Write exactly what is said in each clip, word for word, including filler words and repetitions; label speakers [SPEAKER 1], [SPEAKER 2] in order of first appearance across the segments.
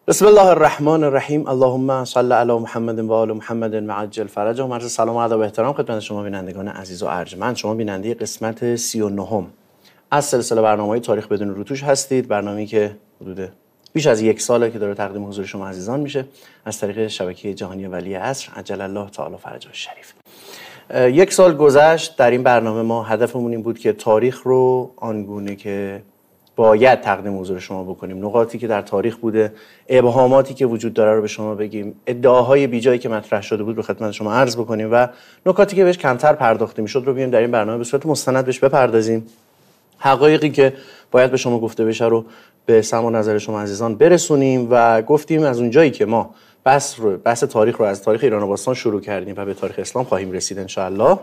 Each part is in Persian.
[SPEAKER 1] بسم الله الرحمن الرحیم. اللهم صل علی محمد و آل محمد معجل فرجهم. عرض سلام و ادب و احترام خدمت شما بینندگان عزیز و ارجمند. شما بیننده قسمت سی و نهم از سلسله برنامه‌های تاریخ بدون روتوش هستید. برنامه‌ای که حدود بیش از یک ساله که داره تقدیم حضور شما عزیزان میشه از طریق شبکه جهانی ولی عصر عجل الله تعالی فرجه الشریف. یک سال گذشت. در این برنامه ما هدفمون این بود که تاریخ رو آنگونه که باید تقدیم حضور شما بکنیم، نقاطی که در تاریخ بوده، ابهاماتی که وجود داره رو به شما بگیم، ادعاهای بیجایی که مطرح شده بود رو خدمت شما عرض بکنیم و نکاتی که بهش کمتر پرداخته میشد رو بیایم در این برنامه به صورت مستند بهش بپردازیم. حقایقی که باید به شما گفته بشه رو به سمع و نظر شما عزیزان برسونیم و گفتیم از اونجایی که ما بحث رو بحث تاریخ رو از تاریخ ایران و باستان شروع کردیم و به تاریخ اسلام خواهیم رسید ان شاء الله،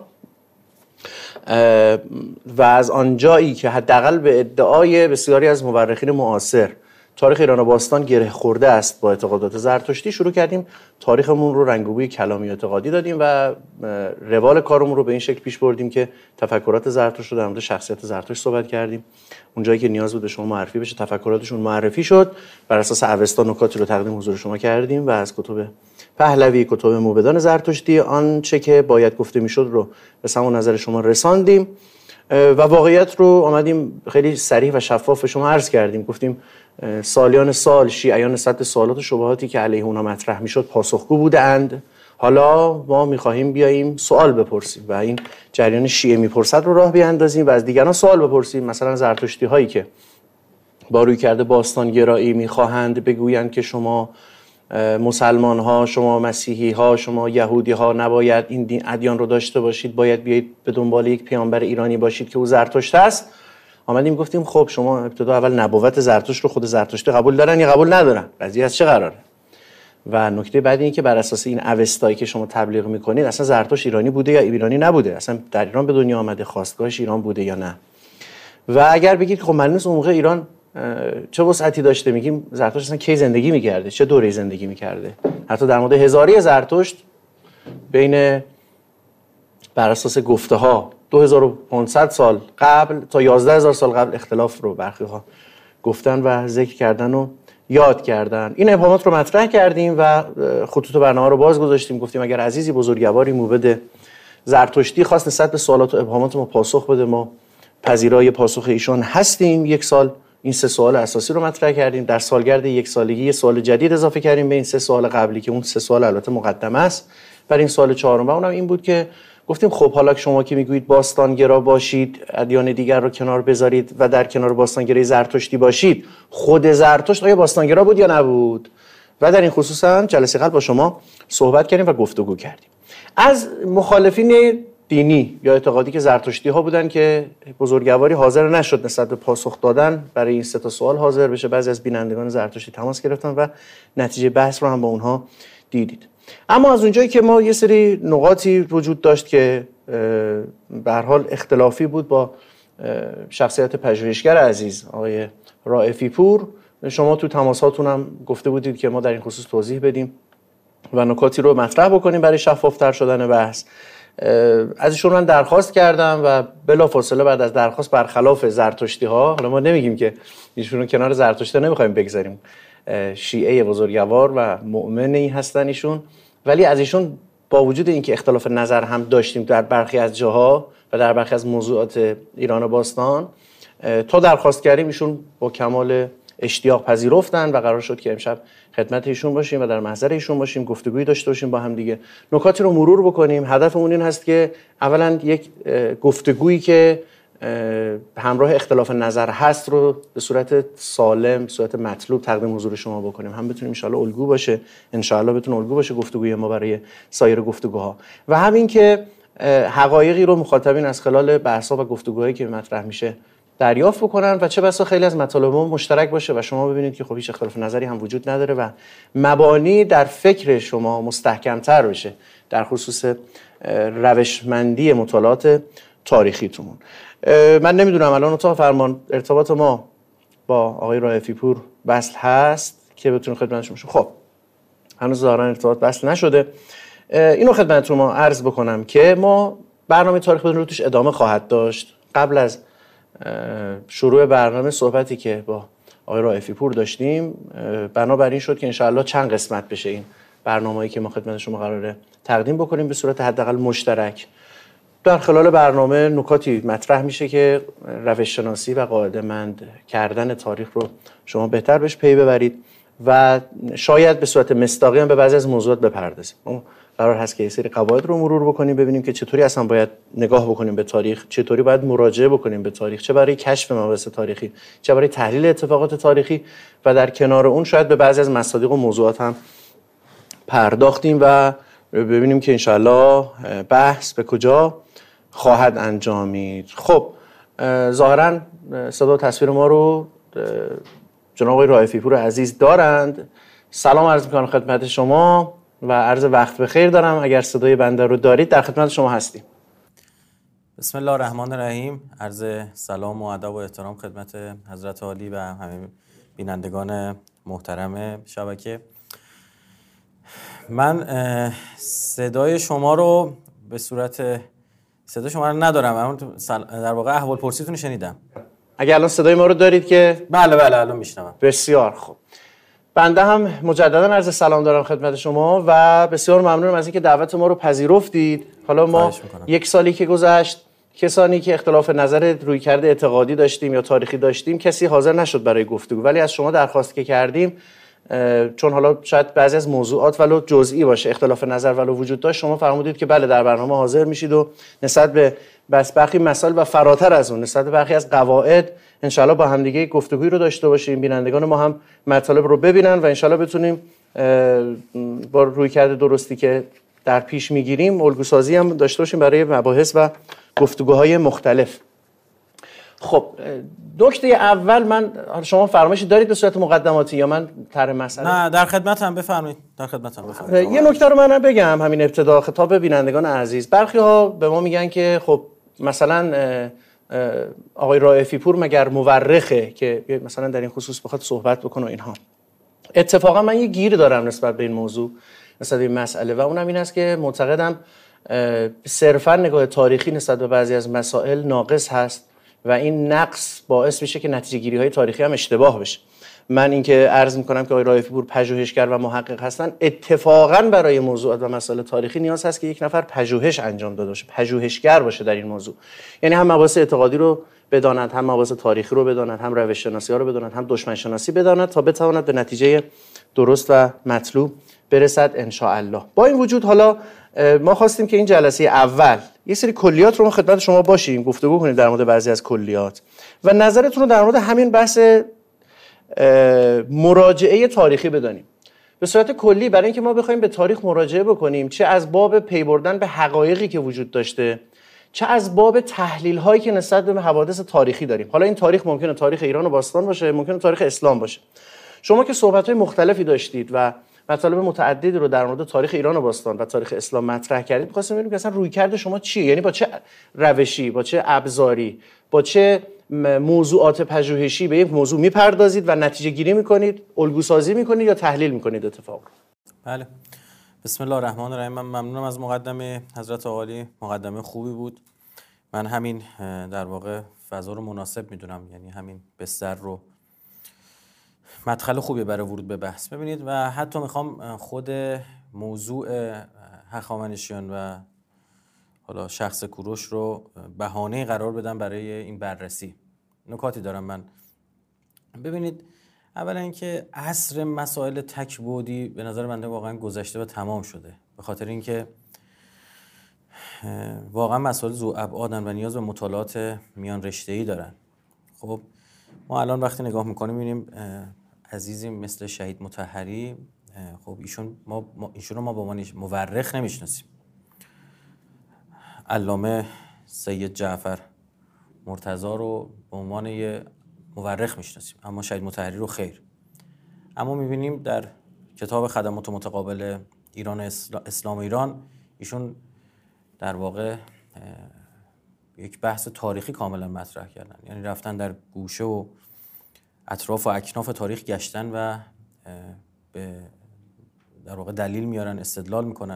[SPEAKER 1] و از آنجایی که حداقل به ادعای بسیاری از مورخین معاصر تاریخ ایران و باستان گره خورده است با اعتقادات زرتشتی، شروع کردیم تاریخمون رو رنگ و بوی کلامی اعتقادی دادیم و روال کارمون رو به این شکل پیش بردیم که تفکرات زرتشت رو در مورد شخصیت زرتشت صحبت کردیم. اونجایی که نیاز بود به شما معرفی بشه تفکراتشون معرفی شد. بر اساس اوستا نکاتی رو تقدیم حضور شما کردیم و از کتب پهلوی، کتب موبدان زرتشتی، آنچه که باید گفته میشد رو به سمع و نظر شما رساندیم و واقعیت رو آمدیم خیلی صریح و شفاف به شما عرض کردیم. گفتیم سالیان سال شیعیان نسبت سوالات و شبهاتی که علیه اونها مطرح میشد پاسخگو بودند. حالا ما میخواهیم بیاییم سوال بپرسیم و این جریان شیعه میپرسد رو راه بیاندازیم و از دیگران سوال بپرسیم. مثلا زرتشتی هایی که با رویکرد باستانگرایی میخواهند بگویند که شما مسلمان ها، شما مسیحی ها، شما یهودی ها نباید این دین ادیان رو داشته باشید، باید بیایید به دنبال یک پیامبر ایرانی باشید که او زرتشت است. آمدیم گفتیم خب شما ابتدا اول نبوت زرتشت رو خود زرتشتی قبول دارن یا قبول ندارن؟ قضیه از چه قراره؟ و نکته بعدی این که بر اساس این اوستایی که شما تبلیغ میکنید اصلا زرتشت ایرانی بوده یا ایرانی نبوده، اصلا در ایران به دنیا آمده، خواستگاهش ایران بوده یا نه. و اگر بگید خب معلومه اون موقع ایران چه وسعتی داشته، میگیم زرتشت اصلا کی زندگی میکرده، چه دوره‌ای زندگی میکرده. حتی در مورد هزاری زرتشت بین بر اساس گفته ها دو هزار و پانصد سال قبل تا یازده هزار سال قبل اختلاف رو برخی ها گفتن و ذکر کردن و یاد کردن. این ابهامات رو مطرح کردیم و خطوط برنامه رو باز گذاشتیم. گفتیم اگر عزیزی بزرگواری موبد زرتشتی خواست نسبت به سوالات و ابهامات ما پاسخ بده، ما پذیرای پاسخ ایشان هستیم. یک سال این سه سوال اساسی رو مطرح کردیم. در سالگرد یک سالگی یه سوال جدید اضافه کردیم به این سه سوال قبلی که اون سه سوال البته مقدمه است برای این سوال چهارم و اونم این بود که گفتیم خب حالا شما که میگویید باستانگرا باشید، ادیان دیگر رو کنار بذارید و در کنار باستانگرای زرتشتی باشید، خود زرتشت آیا باستانگرا بود یا نبود؟ و در این خصوص هم جلسه قبل با شما صحبت کردیم و گفتگو کردیم. از مخالفین دینی یا اعتقادی که زرتشتی ها بودن که بزرگواری حاضر نشد نسبت به پاسخ دادن برای این سه تا سوال حاضر بشه، بعضی از بینندگان زرتشتی تماس گرفتن و نتیجه بحث رو هم با اونها دیدید. اما از اونجایی که ما یه سری نقاطی وجود داشت که به هر حال اختلافی بود با شخصیت پژوهشگر عزیز آقای رائفی پور، شما تو تماساتون هم گفته بودید که ما در این خصوص توضیح بدیم و نکاتی رو مطرح بکنیم برای شفافتر شدن بحث. از ایشون من درخواست کردم و بلافاصله بعد از درخواست برخلاف زرتشتی ها، حالا ما نمیگیم که ایشون رو کنار زرتشتی نمیخوایم بگذاریم، شیعه بزرگوار و مؤمنی هستن ایشون، ولی از ایشون با وجود اینکه اختلاف نظر هم داشتیم در برخی از جاها و در برخی از موضوعات ایران و باستان، تا درخواست کردیم ایشون با کمال اشتیاق پذیرفتن و قرار شد که امشب خدمت ایشون باشیم و در محضر ایشون باشیم، گفتگویی داشته باشیم با هم دیگه، نکاتی رو مرور بکنیم. هدفمون این هست که اولا یک گفتگویی که همراه اختلاف نظر هست رو به صورت سالم، به صورت مطلوب تقدیم حضور شما بکنیم، هم بتونیم ان شاءالله الگو باشه، ان شاءالله بتونه الگو باشه گفتگوی ما برای سایر گفتگوها، و همین که حقایقی رو مخاطبین از خلال بحث‌ها و گفتگوهایی که مطرح میشه دریافت بکنن و چه بسا خیلی از مطالب مشترک باشه و شما ببینید که خب هیچ اختلاف نظری هم وجود نداره و مبانی در فکر شما مستحکم‌تر بشه در خصوص روشمندی مطالعات تاریخیتون. من نمیدونم الان اتاق فرمان ارتباط ما با آقای رائفی پور وصل هست که بتونیم خدمتشون باشیم. خب هنوز ظاهرا ارتباط وصل نشده. اینو خدمتتون ما عرض بکنم که ما برنامه تاریخ بدون روتوش ادامه خواهد داشت. قبل از شروع برنامه صحبتی که با آقای رائفی پور داشتیم، بنابراین شد که انشاءالله چند قسمت بشه این برنامه‌ای که ما خدمت شما قراره تقدیم بکنیم به صورت حداقل مشترک. در خلال برنامه نکاتی مطرح میشه که روش شناسی و قاعده‌مند کردن تاریخ رو شما بهتر بهش پی ببرید و شاید به صورت مصداقی هم به بعضی از موضوعات بپردازیم. قرار هست که یه سری قواعد رو مرور بکنیم، ببینیم که چطوری اصلا باید نگاه بکنیم به تاریخ، چطوری باید مراجعه بکنیم به تاریخ، چه برای کشف مباحث تاریخی، چه برای تحلیل اتفاقات تاریخی و در کنار اون شاید به بعضی از مصادیق و موضوعات هم پرداختیم و ببینیم که انشالله بحث به کجا خواهد انجامید. خب ظاهراً صدا و تصویر ما رو جناب آقای رائفی پور عزیز دارند. سلام عرض می‌کنم خدمت شما و عرض وقت بخیر دارم. اگر صدای بنده رو دارید در خدمت شما هستیم.
[SPEAKER 2] بسم الله الرحمن الرحیم. عرض سلام و ادب و احترام خدمت حضرت عالی و همه بینندگان محترم شبکه. من صدای شما رو به صورت صدای شما رو ندارم، اما در واقع احوال پرسیتون شنیدم.
[SPEAKER 1] اگر الان صدای ما رو دارید که
[SPEAKER 2] بله بله الان میشنوم.
[SPEAKER 1] بسیار خوب. بنده هم مجددا عرض سلام دارم خدمت شما و بسیار ممنونم از اینکه دعوت ما رو پذیرفتید. حالا ما یک سالی که گذشت کسانی که اختلاف نظر رویکرد اعتقادی داشتیم یا تاریخی داشتیم کسی حاضر نشد برای گفتگو، ولی از شما درخواست که کردیم چون حالا شاید بعضی از موضوعات ولو جزئی باشه اختلاف نظر ولو وجود داشت، شما فرمودید که بله در برنامه حاضر میشید و نسبت به بس برخی مسائل و فراتر از اون نسبت به برخی از قواعد انشالله با همدیگه گفتگویی رو داشته باشیم، بینندگان ما هم مطالب رو ببینن و انشالله بتونیم با رویکرد درستی که در پیش میگیریم الگوسازی هم داشته باشیم برای مباحث و گفتگوهای مختلف. خب نکته اول، من شما فرمایشی دارید به صورت مقدماتی یا من طرح مسئله؟
[SPEAKER 2] نه در خدمتم، بفرمایید. در خدمتم بفرمایید.
[SPEAKER 1] یه نکته رو من بگم همین ابتدا خطاب بینندگان عزیز. برخی ها به ما میگن که خب مثلا آقای رائفی پور مگر مورخه که مثلا در این خصوص بخواد صحبت بکنه و اینها. اتفاقا من یه گیر دارم نسبت به این موضوع، نسبت به این مسئله، و اونم این است که معتقدم صرفا نگاه تاریخی نسبت به بعضی از مسائل ناقص هست و این نقص باعث میشه که نتیجه گیری های تاریخی هم اشتباه بشه. من اینکه عرض میکنم که آقای رائفی پور پژوهشگر و محقق هستن، اتفاقا برای موضوعات و مسائل تاریخی نیاز هست که یک نفر پژوهش انجام داده باشه، پژوهشگر باشه در این موضوع، یعنی هم مباحث اعتقادی رو بداند، هم مباحث تاریخی رو بداند، هم روش شناسی ها رو بداند، هم دشمن شناسی بداند تا بتواند به نتیجه درست و مطلوب برسد ان شاء الله. با این وجود حالا ما خواستیم که این جلسه اول یه سری کلیات رو ما خدمت شما باشیم، گفتگو کنیم در مورد بعضی از کلیات و نظرتون رو در مورد همین بحث مراجعه تاریخی بدانیم به صورت کلی، برای اینکه ما بخوایم به تاریخ مراجعه بکنیم، چه از باب پی بردن به حقایقی که وجود داشته، چه از باب تحلیل هایی که نسبت به حوادث تاریخی داریم. حالا این تاریخ ممکنه تاریخ ایران و باستان باشه، ممکنه تاریخ اسلام باشه. شما که صحبت های مختلفی داشتید و مطالب متعددی رو در مورد تاریخ ایران و باستان و تاریخ اسلام مطرح کردید، می‌خواستم ببینیم که اصلا رویکرد شما چیه، یعنی با چه روشی، با چه ابزاری، با چه موضوعات پژوهشی به یک موضوع میپردازید و نتیجه گیری میکنید، الگو سازی میکنید یا تحلیل میکنید اتفاق.
[SPEAKER 2] بله. بسم الله الرحمن الرحیم. من ممنونم از مقدمه حضرت عالی، مقدمه خوبی بود. من همین در واقع فضا رو مناسب میدونم، یعنی همین بستر رو مدخل خوبی برای ورود به بحث. ببینید و حتی میخوام خود موضوع هخامنشیان و حالا شخص کوروش رو بهانه قرار بدم برای این بررسی. نکاتی دارم من. ببینید اولا اینکه عصر مسائل تک‌بعدی به نظر من واقعا گذشته و تمام شده، به خاطر اینکه واقعا مسائل ذو ابعادن و نیاز به مطالعات میان رشته‌ای دارن. خب ما الان وقتی نگاه میکنیم می‌بینیم عزیزی مثل شهید مطهری، خب ایشون ما ایشون رو ما به عنوان مورخ نمیشناسیم. علامه سید جعفر مرتضی رو به عنوان یه مورخ میشناسیم، اما شهید مطهری رو خیر. اما میبینیم در کتاب خدمات متقابل ایران اسلام ایران ایشون در واقع یک بحث تاریخی کاملا مطرح کردن، یعنی رفتن در گوشه و اطراف و اکناف تاریخ گشتن و به در واقع دلیل میارن، استدلال میکنن.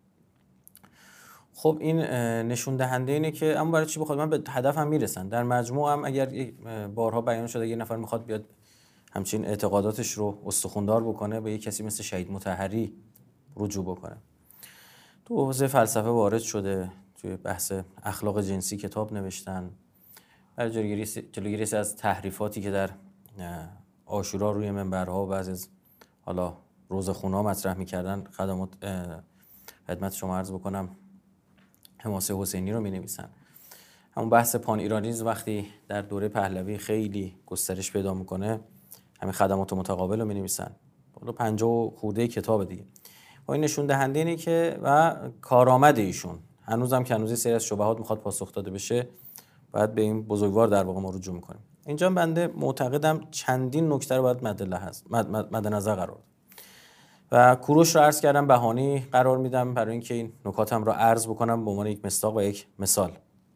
[SPEAKER 2] خب این نشون دهنده اینه که اما برای چی بخواد من به هدفم میرسن. در مجموع هم اگر بارها بیان شده یه نفر میخواد بیاد همچین اعتقاداتش رو استخوندار بکنه، به یک کسی مثل شهید مطهری رجوع بکنه. تو حوزه فلسفه وارد شده، توی بحث اخلاق جنسی کتاب نوشتن، برای جلوگیری جلوگیری از تحریفاتی که در عاشورا روی منبرها و بعضی از حالا روزخونا مطرح می‌کردن، خدمات خدمت شما عرض بکنم حماسه حسینی رو می‌نویسن. همون بحث پان ایرانیسم وقتی در دوره پهلوی خیلی گسترش پیدا می‌کنه، همین خدمات متقابل رو می‌نویسن. بالا پنجاه خورده کتاب دیگه. و این نشون دهنده اینه که و کارآمد ایشون هنوزم که هنوز سری از شبهات می‌خواد پاسخ داده بشه، باید به این بزرگوار در واقع ما رجوع می‌کنیم. اینجا بنده معتقدم چندین نکته رو باید مد هست مد, مد, مد نظر قرار بدم و کوروش رو عرض کردم بهانه‌ای قرار میدم برای اینکه این نکاتم رو عرض بکنم به عنوان یک مصداق و یک مثال.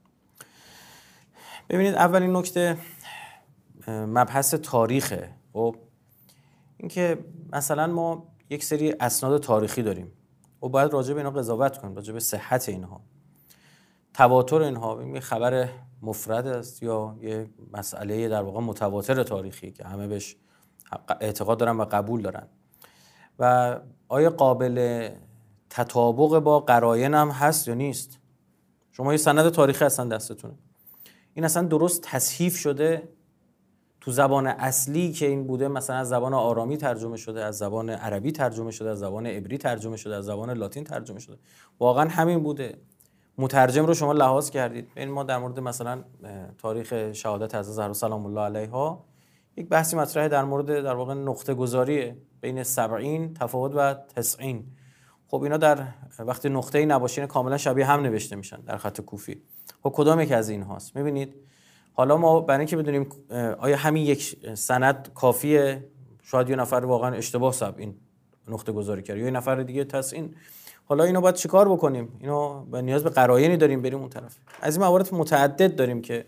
[SPEAKER 2] ببینید اولین نکته مبحث تاریخه. خب اینکه مثلا ما یک سری اسناد تاریخی داریم و باید راجع به اینا قضاوت کنیم، راجع به صحت اینها، تواتر اینها. این خبر مفرد است یا یه مسئله در واقع متواتر تاریخی که همه بهش اعتقاد دارن و قبول دارن و آیا قابل تطابق با قرائن هم هست یا نیست؟ شما یه سند تاریخی هستن دستتونه، این اصلا درست تصحیف شده تو زبان اصلی که این بوده، مثلا از زبان آرامی ترجمه شده، از زبان عربی ترجمه شده، از زبان عبری ترجمه شده، از زبان لاتین ترجمه شده، واقعا همین بوده؟ مترجم رو شما لحاظ کردید؟ این ما در مورد مثلا تاریخ شهادت حضرت زهرا سلام الله علیها یک بحثی مطرحه در مورد در واقع نقطه گذاری بین سبعین تفاوت و تسعین. خب اینا در وقتی نقطه‌ای نباشه کاملا شبیه هم نوشته میشن در خط کوفی. خب کدام یک از این هاست؟ میبینید حالا ما برای اینکه بدونیم آیا همین یک سند کافیه، شاید یه نفر واقعا اشتباه سب این نقطه گذاری کرد یا یه نفر دیگه تسعین، حالا اینو باید چیکار بکنیم؟ اینو به نیاز به قرائنی داریم بریم اون طرف. از این موارد متعدد داریم که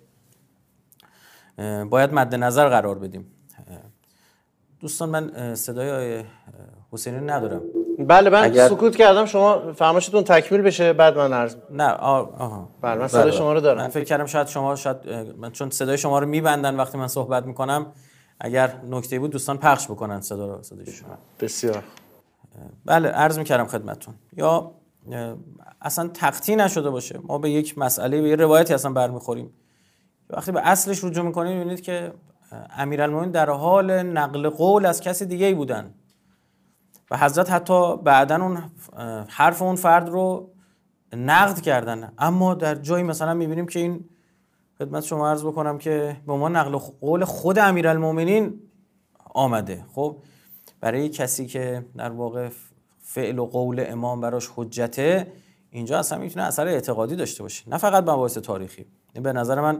[SPEAKER 2] باید مد نظر قرار بدیم. دوستان من صدای آقای حسینی ندارم.
[SPEAKER 1] بله من
[SPEAKER 2] اگر...
[SPEAKER 1] سکوت کردم، شما فرمایشتون تکمیل بشه بعد من عرض.
[SPEAKER 2] نه آها
[SPEAKER 1] بله من صدای شما رو دارم.
[SPEAKER 2] من فکر کردم شاید شما شاید من چون صدای شما رو میبندن وقتی من صحبت میکنم، اگر نکته‌ای بود دوستان پخش بکنن صدا رو. صدای شما
[SPEAKER 1] بسیار
[SPEAKER 2] بله عرض میکردم خدمتتون. یا اصلا تقطیع نشده باشه، ما به یک مسئله به یه روایتی اصلا برمیخوریم، وقتی به اصلش رجوع میکنیم میبینید که امیرالمومنین در حال نقل قول از کسی دیگه ای بودن و حضرت حتی بعدن اون حرف اون فرد رو نقد کردن، اما در جایی مثلا میبینیم که این خدمت شما عرض بکنم که به عنوان نقل قول خود امیرالمومنین آمده. خب برای کسی که در واقع فعل و قول امام براش حجته، اینجا اصلا میتونه اثر اعتقادی داشته باشه، نه فقط مباحث تاریخی. این به نظر من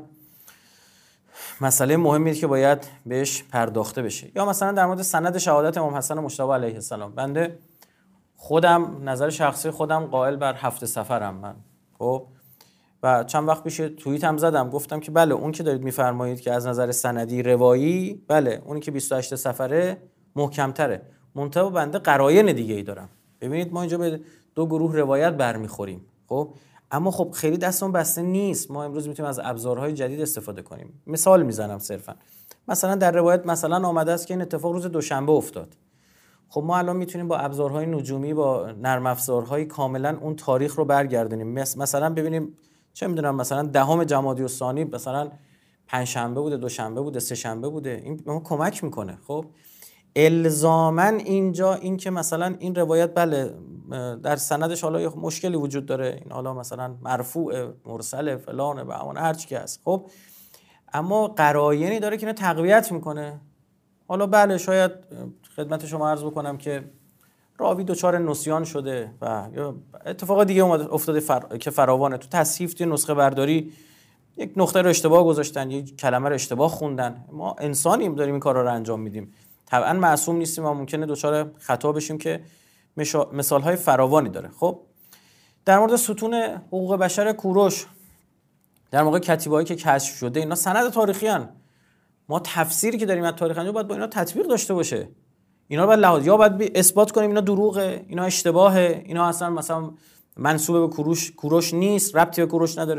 [SPEAKER 2] مسئله مهمیه که باید بهش پرداخته بشه. یا مثلا در مورد سند شهادت امام حسن مجتبی علیه السلام، بنده خودم نظر شخصی خودم قائل بر هفت سفرم من. خب و چند وقت پیش توییت هم زدم، گفتم که بله اون که دارید میفرمایید که از نظر سندی روایی، بله اونی که بیست و هشت سفره محکم‌تره، منتها بنده قرائن دیگه ای دارم. ببینید ما اینجا به دو گروه روایت برمیخوریم. خب اما خب خیلی دستمون بسته نیست، ما امروز میتونیم از ابزارهای جدید استفاده کنیم. مثال میزنم صرفا، مثلا در روایت مثلا آمده است که این اتفاق روز دوشنبه افتاد. خب ما الان میتونیم با ابزارهای نجومی، با نرم افزارهای کاملا اون تاریخ رو برگردونیم. مثلا ببینیم چه میدونم مثلا دهم جمادی الثانی مثلا پنجشنبه بوده، دوشنبه بوده، سه شنبه بوده، این به ما کمک میکنه. خب الزاماً اینجا این که مثلا این روایت بله در سندش حالا یه مشکلی وجود داره، این حالا مثلا مرفوع مرسل فلان و اون هر چی که هست، خب اما قرائنی داره که اینو تقویت میکنه. حالا بله شاید خدمت شما عرض بکنم که راوی دچار نسیان شده و یا اتفاق دیگه اومده افتاده فر... که فراوانه، تو تصحیف توی نسخه برداری یک نقطه رو اشتباه گذاشتن، یک کلمه رو اشتباه خوندن. ما انسانیم داریم این کارا رو انجام میدیم، طبعا معصوم نیستیم و ممکنه دچار خطا بشیم که مشا... مثال‌های فراوانی داره. خب در مورد ستون حقوق بشر کوروش، در موقع کتیبه‌ای که کشف شده، اینا سند تاریخی ان. ما تفسیری که داریم از تاریخ انجام باید با اینا تطبیق داشته باشه. اینا رو باید لحاظ یا باید اثبات کنیم اینا دروغه، اینا اشتباهه، اینا اصلا مثلا منسوب به کوروش کوروش نیست، ربطی به کوروش نداره،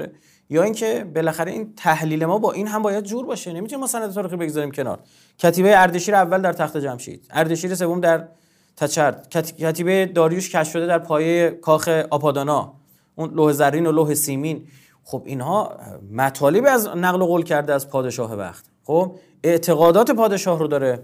[SPEAKER 2] یا اینکه بالاخره این تحلیل ما با این هم باید جور باشه. نمیتونیم ما سند تاریخی بگذاریم کنار. کتیبه اردشیر اول در تخت جمشید، اردشیر سوم در تچرد، کتیبه داریوش کشف شده در پایه کاخ آپادانا، اون لوح زرین و لوح سیمین. خب اینها مطالبی از نقل و قول کرده از پادشاه وقت. خب اعتقادات پادشاه رو داره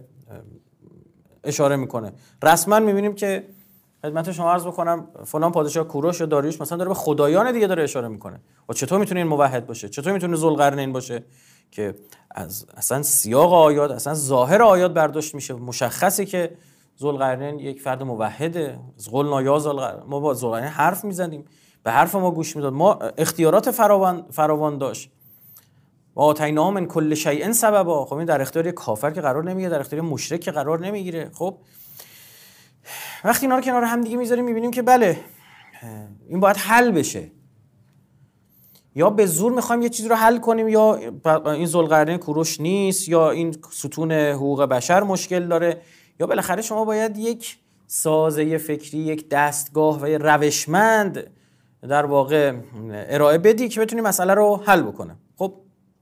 [SPEAKER 2] اشاره میکنه. رسما میبینیم که خدمت شما عرض بکنم فلان پادشاه کوروش یا داریوش مثلا داره به خدایان دیگه داره اشاره میکنه. و چطور میتونه این موحد باشه؟ چطور میتونه ذوالقرنین باشه که از اصلا سیاق آیات، اصلا ظاهر آیات برداشت میشه، مشخصه که ذوالقرنین یک فرد موحده. از قلنا یا ذوالقرنین، ما با ذوالقرنین حرف میزدیم، به حرف ما گوش میداد، ما اختیارات فراوان فراوان داشت. و آتیناه من کل شیء سببا. خب این در اختیار کافر که قرار نمیگیره، در اختیار مشرک که قرار نمیگیره. خب وقتی اینا رو کنار هم دیگه میذاریم میبینیم که بله این باید حل بشه. یا به زور میخوایم یه چیزی رو حل کنیم، یا این ذوالقرنین کوروش نیست، یا این ستون حقوق بشر مشکل داره، یا بالاخره شما باید یک سازه فکری، یک دستگاه و یک روشمند در واقع ارائه بدی که بتونی مسئله رو حل بکنه. خب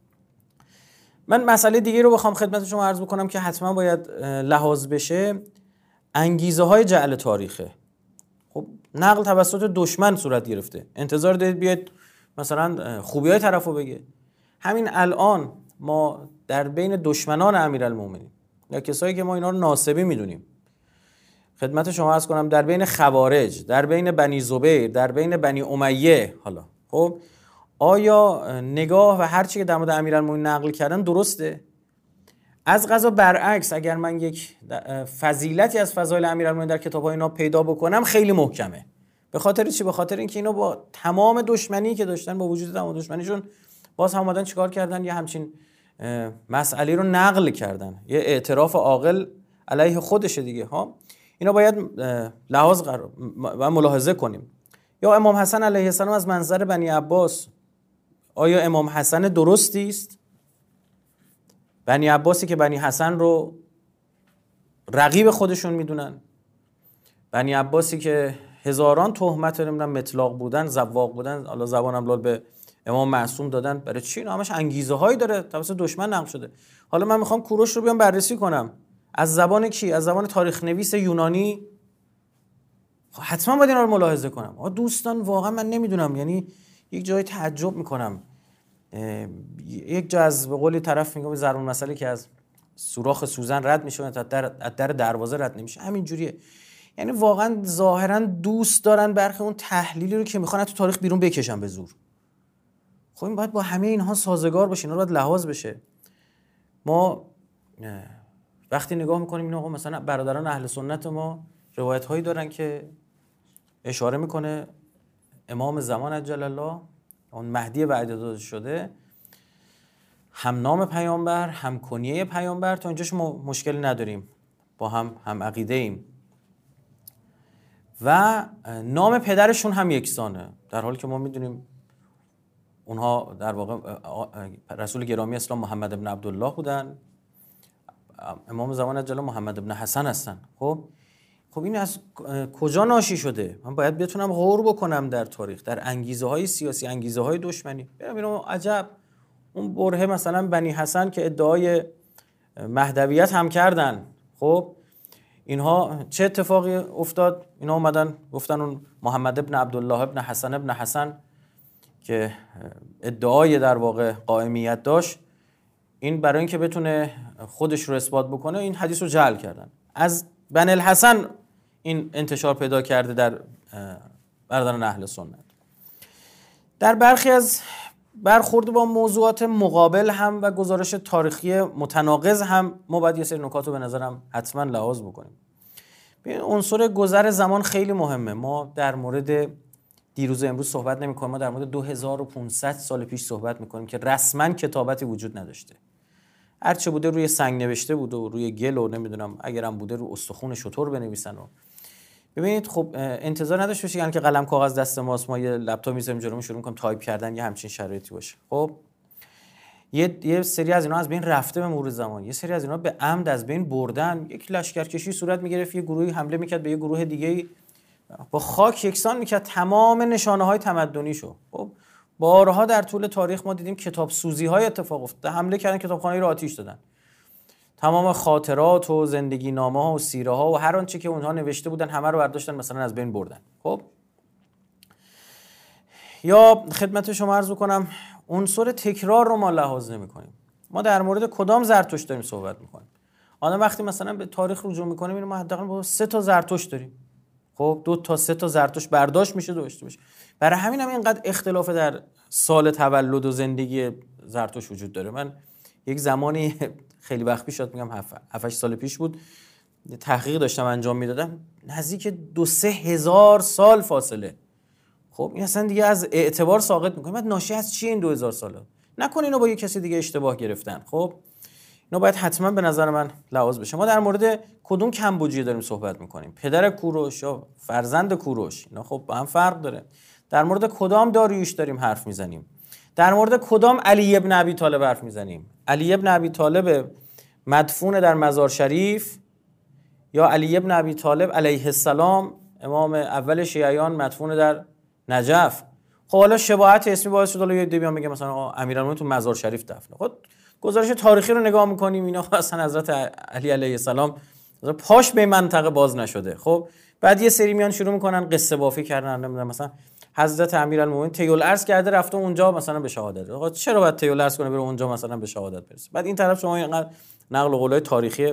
[SPEAKER 2] من مسئله دیگه رو بخوام خدمت شما عرض بکنم که حتما باید لحاظ بشه، انگیزه های جعل تاریخه. خب نقل توسط دشمن صورت گرفته، انتظار دارید بیاد مثلا خوبی های طرف رو بگه. همین الان ما در بین دشمنان امیرالمومنین یا کسایی که ما اینا رو ناصبی میدونیم، خدمت شما عرض کنم در بین خوارج، در بین بنی زبیر، در بین بنی امیه، حالا خب آیا نگاه و هر چی که در مورد امیرالمومنین نقل کردن درسته؟ از قضا برعکس اگر من یک فضیلتی از فضایل امیرالمومنین در کتاب‌های اینا پیدا بکنم خیلی محکمه. به خاطر چی؟ به خاطر اینکه اینا با تمام دشمنی که داشتن، با وجود تمام دشمنیشون، باز هم اومدن چیکار کردن؟ یه همچین مسئله رو نقل کردن، یه اعتراف عاقل علیه خودشه دیگه ها. اینا باید لحاظ و ملاحظه کنیم. یا امام حسن علیه السلام از منظر بنی عباس، آیا امام حسن درستی است؟ بنی عباسی که بنی حسن رو رقیب خودشون میدونن، بنی عباسی که هزاران تهمت نمیدونم مطلاق بودن، زواق بودن، حالا زبانم لال به امام معصوم دادن، برای چی؟ اینا همش انگیزه هایی داره توسط دشمن نقل شده. حالا من میخوام کوروش رو بیام بررسی کنم از زبان کی؟ از زبان تاریخ نویس یونانی. حتما باید اینا رو ملاحظه کنم. آ دوستان واقعا من نمیدونم، یعنی یک جای تعجب میکنم. یک جا از به قولی طرف میگه ضرب المثلی که از سوراخ سوزن رد میشه تا در در دروازه رد نمیشه، همین جوریه. یعنی واقعا ظاهرا دوست دارن برخی اون تحلیلی رو که میخوان تو تاریخ بیرون بکشن به زور. خب این باید با همه اینها سازگار باشه، اینا رو باید لحاظ بشه. ما وقتی نگاه میکنیم اینا، مثلا برادران اهل سنت ما روایت هایی دارن که اشاره میکنه امام زمان عجل الله، اون مهدی وعده داده شده، هم نام پیامبر هم کنیه پیامبر، تا اینجاش ما مشکلی نداریم، با هم هم عقیده ایم، و نام پدرشون هم یکسانه، در حالی که ما میدونیم اونها در واقع رسول گرامی اسلام محمد ابن عبدالله بودن، امام زمان عجل محمد ابن حسن هستن. خب خب این از کجا ناشی شده؟ من باید بتونم غور بکنم در تاریخ، در انگیزه های سیاسی، انگیزه های دشمنی. ببینم عجب اون برهه مثلا بنی حسن که ادعای مهدویت هم کردن، خب اینها چه اتفاقی افتاد؟ اینا اومدن گفتن اون محمد ابن عبدالله ابن حسن ابن حسن که ادعای در واقع قائمیت داشت، این برای اینکه بتونه خودش رو اثبات بکنه این حدیث رو جعل کردن. از بنی الحسن این انتشار پیدا کرده در برادران اهل سنت. در برخی از برخورد با موضوعات مقابل هم و گزارش تاریخی متناقض هم ما باید یه سری نکات رو به نظرم حتما لحاظ بکنیم. ببین عنصر گذر زمان خیلی مهمه. ما در مورد دیروز امروز صحبت نمی‌کنیم، ما در مورد دو هزار و پانصد سال پیش صحبت می‌کنیم که رسما کتابتی وجود نداشته. هر چه بوده روی سنگ نوشته بوده و روی گل و نمیدونم اگرم بوده رو استخوان شتر بنویسن. و ببینید خب انتظار نداشته باشید یعنی که قلم کاغذ دست ماست، ما یه لپتاپ میذاریم جلومون شروع می‌کنیم تایپ کردن، یه همچین شرایطی باشه. خب یه یه سری از اینا از بین رفته به مرور زمان، یه سری از اینا به عمد از بین بردن. یک لشکرکشی صورت می‌گرفت، یه گروهی حمله می‌کرد به یه گروه دیگه‌ای، با خاک یکسان می‌کرد تمام نشانه‌های تمدنیشو. خب بارها در طول تاریخ ما دیدیم کتاب سوزی های اتفاق افتاده، حمله کردن کتابخانه رو آتیش دادن، تمام خاطرات و زندگی نامه ها و سیره ها و هر آنچه که اونها نوشته بودن همه رو برداشتن مثلا از بین بردن. خب یا خدمت شما عرض کنم عنصر تکرار رو ما لحاظ نمی‌کنیم. ما در مورد کدام زرتشت داریم صحبت می‌کنیم؟ آدم وقتی مثلا به تاریخ رجوع می‌کنه می‌بینه ما حداقل با سه تا زرتشت داریم. خب دو تا سه تا زرتشت برداشت میشه داشته باشه. برای همین هم اینقدر اختلاف در سال تولد و زندگی زرتشت وجود داره. من یک زمانی خیلی وقت پیش شد، میگم هفت هشت سال پیش بود، تحقیق داشتم انجام میدادم، نزدیک دو سه هزار سال فاصله. خب این اصلا دیگه از اعتبار ساقط میکنه. بعد ناشی از چیه این دو هزار ساله؟ نکنه اینو با یه کسی دیگه اشتباه گرفتن. خب اینا باید حتما به نظر من لحاظ بشه. ما در مورد کدوم کمبوجیه داریم صحبت میکنیم؟ پدر کوروش یا فرزند کوروش؟ اینا خب با هم فرق داره. در مورد کدام داریوش داریم حرف میزنیم؟ در مورد کدام علی ابن ابی طالب حرف میزنیم؟ علی ابن ابی طالب مدفون در مزار شریف یا علی ابن ابی طالب علیه السلام امام اول شیعیان مدفون در نجف؟ خب حالا شباهت اسمی باعث شد حالا یه دیگه میگه مثلا امیرالمومنین تو مزار شریف دفنه. خب گزارش تاریخی رو نگاه میکنیم اینا اصلا حضرت علی علیه السلام پاش به منطقه باز نشده. خب بعد یه سری میان شروع میکنن قصه بافی کردن، نمیدونم مثلا حضرت امیرالمومنین طیل ارض کرده رفته اونجا مثلا به شهادت. آقا چرا باید طیل ارض کنه بره اونجا مثلا به شهادت برسه؟ بعد این طرف شما اینقدر نقل و قولای تاریخی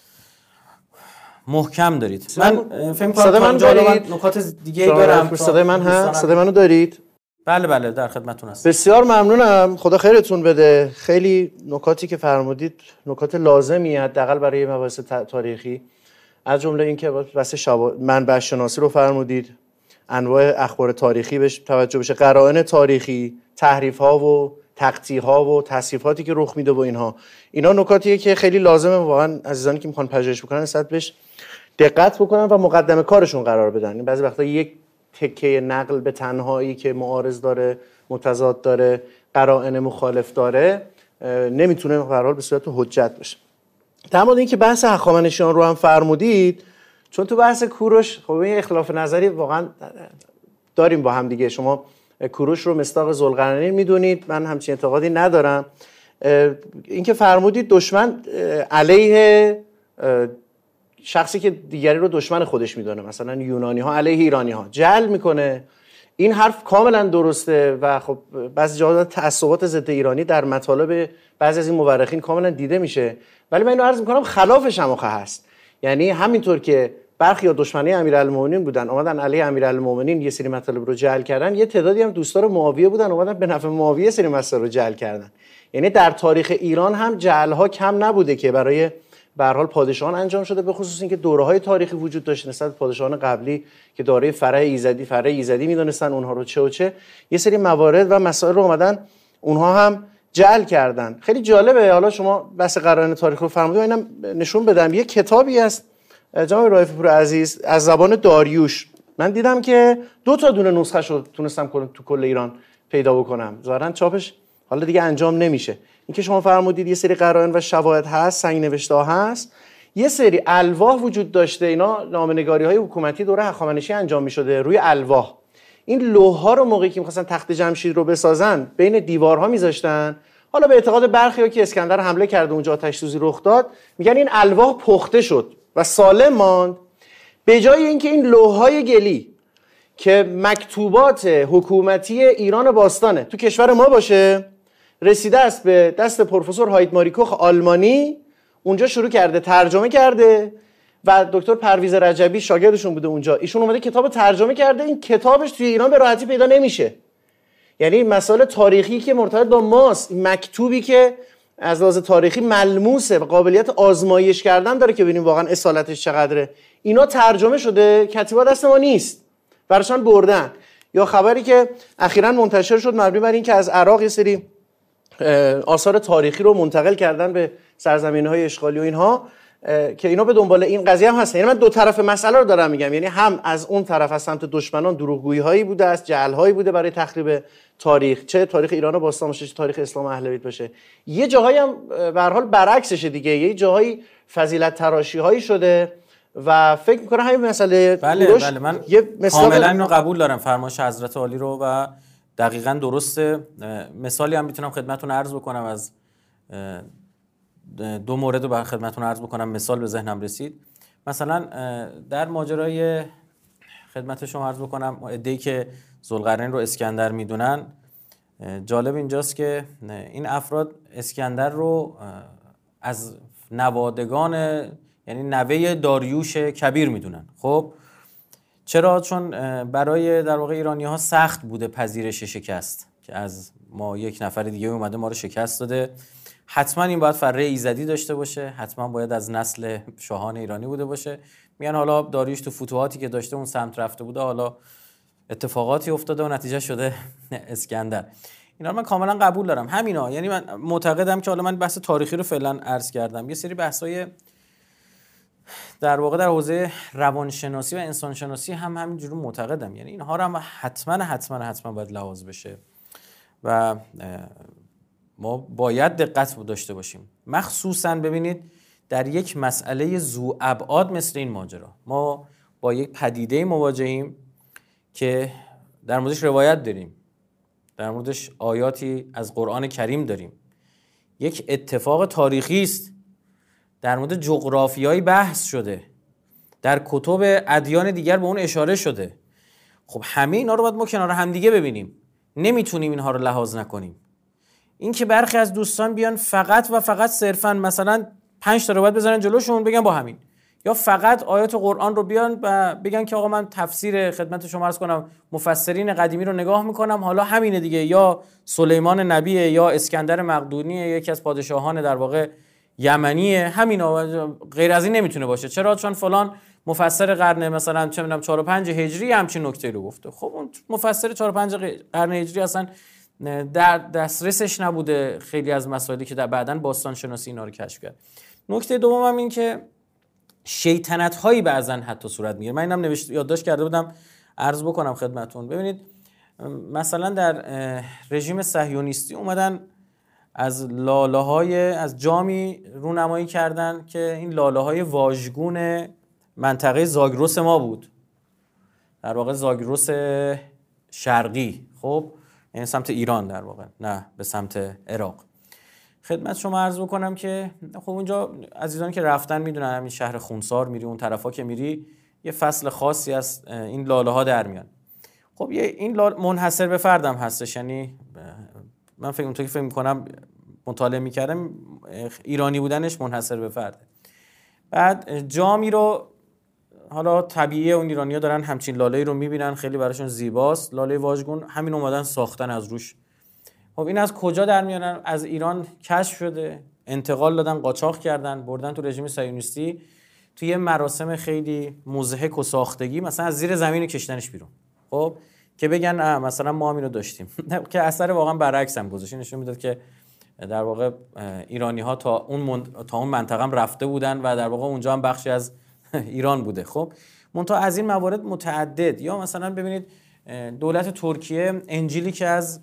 [SPEAKER 2] محکم دارید. من فکر کنم
[SPEAKER 1] من
[SPEAKER 2] دارید نکات دیگه دارم.
[SPEAKER 1] صدای من هست؟ صدای منو دارید؟
[SPEAKER 2] بله بله در خدمتتون هستم.
[SPEAKER 1] بسیار ممنونم، خدا خیرتون بده. خیلی نکاتی که فرمودید نکات لازمی حداقل برای مباحث تاریخی، از جمله اینکه واسه شواهد منبع شناسی رو فرمودید، انواع اخبار تاریخی بهش توجه بشه، قرائن تاریخی، تحریف‌ها و تقطیع‌ها و تصحیفاتی که رخ میده و اینها، اینا نکاتیه که خیلی لازمه واقعا عزیزانی که میخوان پژوهش بکنن نسبت بهش دقت بکنن و مقدمه کارشون قرار بدن. بعضی وقتا یک تکه نقل به تنهایی که معارض داره، متضاد داره، قرائن مخالف داره، نمیتونه به هر حال به صورت حجت بشه. در مورد اینکه بحث هخامنشیان رو هم فرمودید، چون تو بحث کوروش خب این اختلاف نظری واقعا داریم با هم دیگه. شما کوروش رو مصداق ذوالقرنین میدونید، من همچین اعتقادی ندارم. اینکه فرمودید دشمن علیه شخصی که دیگری رو دشمن خودش میدونه، مثلا یونانی ها علیه ایرانی ها جعل میکنه، این حرف کاملا درسته و خب بعضی جاها تعصبات ضد ایرانی در مطالب بعضی از این مورخین کاملا دیده میشه. ولی من اینو عرض میکنم خلافش هم آخه هست. یعنی همینطور که برخی ها دشمنی امیرالمومنین بودن اومدن علیه امیرالمومنین یه سری مطالب رو جعل کردن، یه تعدادی هم دوستدار معاویه بودن اومدن به نفع معاویه سری مسائل رو جعل کردن. یعنی در تاریخ ایران هم جعل ها کم نبوده که برای به هر حال پادشاهان انجام شده، به خصوص اینکه دوره‌های تاریخی وجود داشت نسبت پادشاهان قبلی که دارای فرع ایزدی فرع ایزدی میدونستن اونها رو چه و چه، یه سری موارد و مسائل رو اومدن اونها هم جعل کردن. خیلی جالبه. حالا شما بحث قرائن تاریخ رو فرمودید، اینم نشون بدم. یه کتابی است جناب رائفی پور عزیز از زبان داریوش، من دیدم که دو تا دونه نسخه رو تونستم تو کل ایران پیدا بکنم، ظاهرا چاپش حالا دیگه انجام نمیشه. اینکه شما فرمودید یه سری قرائن و شواهد هست، سنگ نوشته ها هست، یه سری الواح وجود داشته، اینا نامه‌نگاری های حکومتی دوره هخامنشی انجام می‌شده روی الواح. این لوح ها رو موقعی که می‌خواستن تخت جمشید رو بسازن بین دیوارها می‌ذاشتن. حالا به اعتقاد برخی‌ها که اسکندر حمله کرده اونجا آتش سوزی رخ داد، میگن این الواح پخته شد و سالم ماند، به جای اینکه این لوح‌های گلی که مکتوبات حکومتی ایران باستانه تو کشور ما باشه، رسیده است به دست پروفسور هاید ماریکوخ آلمانی، اونجا شروع کرده ترجمه کرده و دکتر پرویز رجبی شاگردشون بوده اونجا، ایشون اومده کتاب ترجمه کرده. این کتابش توی ایران به راحتی پیدا نمیشه. یعنی مسائل تاریخی که مرتبط با ماست، مکتوبی که از لحاظ تاریخی ملموسه و قابلیت آزمایش کردن داره که ببینیم واقعا اصالتش چقدره، اینا ترجمه شده، کتیبا دست ما نیست، براشون بردن. یا خبری که اخیراً منتشر شد مبنی بر این که از عراق یه سری آثار تاریخی رو منتقل کردن به سرزمین‌های اشغالی و اینها، که اینا به دنبال این قضیه هم هستن. یعنی من دو طرف مسئله رو دارم میگم، یعنی هم از اون طرف از سمت دشمنان دروغگویی‌هایی بوده است، جعل‌هایی بوده برای تخریب تاریخ، چه تاریخ ایران باستان باشه چه تاریخ اسلام اهل بیت باشه. یه جاهایی هم به هر حال برعکسشه دیگه، یه جاهایی فضیلت تراشی‌هایی شده و فکر می‌کنم همین مسئله
[SPEAKER 2] بله بله من
[SPEAKER 1] یه مثلا
[SPEAKER 2] کاملا اینو قبول دارم فرمایش حضرت عالی رو و دقیقاً درسته. مثالی هم میتونم خدمتتون عرض بکنم از دو مورد رو بر خدمتتون عرض بکنم. مثال به ذهنم رسید. مثلا در ماجرای خدمت شما عرض بکنم عده‌ای که ذوالقرنین رو اسکندر میدونن، جالب اینجاست که این افراد اسکندر رو از نوادگان، یعنی نوه داریوش کبیر میدونن. خب چرا؟ چون برای در واقع ایرانی ها سخت بوده پذیرش شکست که از ما یک نفر دیگه اومده ما رو شکست داده. حتما این باید فره ایزدی داشته باشه، حتما باید از نسل شاهان ایرانی بوده باشه. میگن حالا داریوش تو فتوحاتی که داشته اون سمت رفته بوده، حالا اتفاقاتی افتاده و نتیجه شده اسکندر. اینا رو من کاملا قبول دارم. همینا، یعنی من معتقدم که حالا من بحث تاریخی رو فعلا عرض کردم، یه سری بحث‌های در واقع در حوزه روانشناسی و انسانشناسی هم همینجوری معتقدم، یعنی اینها رو هم حتما حتما حتما باید لحاظ بشه و ما باید دقت داشته باشیم. مخصوصا ببینید در یک مسئله ذو ابعاد مثل این ماجرا ما با یک پدیده مواجهیم که در موردش روایت داریم، در موردش آیاتی از قرآن کریم داریم، یک اتفاق تاریخی است، در مورد جغرافیایی بحث شده، در کتب ادیان دیگر به اون اشاره شده. خب همه اینا رو باید ما کنار هم دیگه ببینیم، نمیتونیم اینها رو لحاظ نکنیم. این که برخی از دوستان بیان فقط و فقط صرفاً مثلا پنج تا روایت بزنن جلوشون بگن با همین، یا فقط آیات قرآن رو بیان و بگن که آقا من تفسیر خدمت شما عرض کنم مفسرین قدیمی رو نگاه میکنم حالا همینه دیگه، یا سلیمان نبیه یا اسکندر مقدونیه، یکی از پادشاهان در واقع یمنیه، همینا، غیر از این نمیتونه باشه. چرا؟ چون فلان مفسر قرن مثلا چه میدونم چهار و پنج هجری همچین نکته رو گفته. خب اون مفسر چهار و پنج قرن هجری اصلا در دسترسش نبوده خیلی از مسائلی که در بعداً باستان شناسی اینا رو کشف کرد. نکته دومم این که شیطنت هایی بعضن حتی صورت میگیره. من اینم نوشت یادداشت کرده بودم عرض بکنم خدمتتون. ببینید مثلا در رژیم صهیونیستی اومدن از لاله های از جامی رونمایی کردن که این لاله های واژگون منطقه زاگرس ما بود، در واقع زاگرس شرقی، خب یعنی سمت ایران در واقع، نه به سمت عراق. خدمت شما عرض بکنم که خب اونجا عزیزان که رفتن میدونن، همین شهر خونسار میری اون طرفا که میری یه فصل خاصی از این لاله ها در میان. خب یه این لاله منحصر به فردم هستش، یعنی من فکر اونطوری فکر میکنم مطالعه میکردم ایرانی بودنش منحصر به فرده. بعد جامی رو حالا طبیعیه اون ایرانی‌ها دارن همچین لاله‌ای رو میبینن، خیلی براشون زیباست، لاله واژگون، همین اومدن ساختن از روش. خب این از کجا در میارن؟ از ایران کشف شده، انتقال دادن، قاچاق کردن، بردن تو رژیم صهیونیستی، توی مراسم خیلی مضحک و ساختگی مثلا از زیر زمین کشتنش بیرون. خب که بگن مثلا ما هم اینو داشتیم که اثر واقعا برعکس هم گذاشت. نشون میداد که در واقع ایرانی‌ها تا اون من... تا اون منطقه هم رفته بودن و در واقع اونجا هم بخشی از ایران بوده. خب منتها از این موارد متعدد. یا مثلا ببینید دولت ترکیه انجیلی که از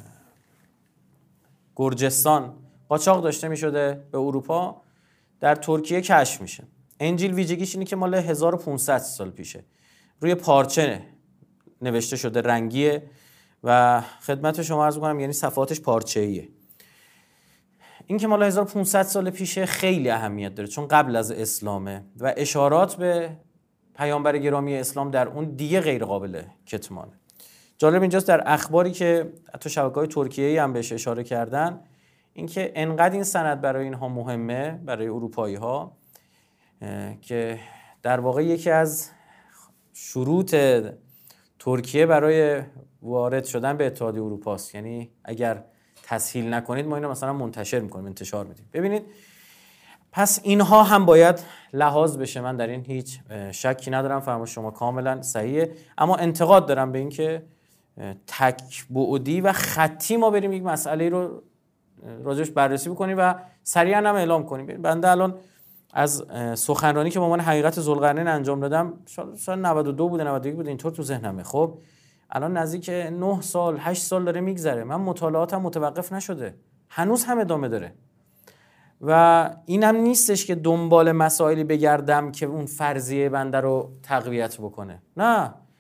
[SPEAKER 2] گرجستان قاچاق داشته می‌شده به اروپا در ترکیه کشف میشه. انجیل ویژگیش اینه که مال هزار و پانصد سال پیشه، روی پارچه نوشته شده، رنگیه و خدمت شما عرض می‌کنم یعنی صفحاتش پارچه‌ایه. این که مال هزار و پانصد سال پیشه خیلی اهمیت داره، چون قبل از اسلامه و اشارات به پیامبر گرامی اسلام در اون دیگه غیر قابل کتمانه. جالب اینجاست در اخباری که حتی شبکه‌های ترکیه‌ای هم بهش اشاره کردن، اینکه انقدر این سند برای اینها مهمه، برای اروپایی‌ها، که در واقع یکی از شروط ترکیه برای وارد شدن به اتحادیه اروپا است. یعنی اگر تسهیل نکنید ما اینو مثلا منتشر میکنیم، انتشار میدیم. ببینید پس اینها هم باید لحاظ بشه. من در این هیچ شکی ندارم، فرمایش شما کاملا صحیحه، اما انتقاد دارم به این که تک بعدی و خطی ما بریم یک مسئله رو راجعش بررسی بکنیم و سریعا هم اعلام کنیم. بنده الان از سخنرانی که به عنوان حقیقت ذوالقرنین انجام دادم شاید نود و دو بوده نود و یک بوده، اینطور تو ذهنمه. خب الان نزدیک نه سال هشت سال داره میگذره، من مطالعاتم متوقف نشده، هنوز هم ادامه داره و اینم نیستش که دنبال مسائلی بگردم که اون فرضیه بنده رو تقویت بکنه. نه،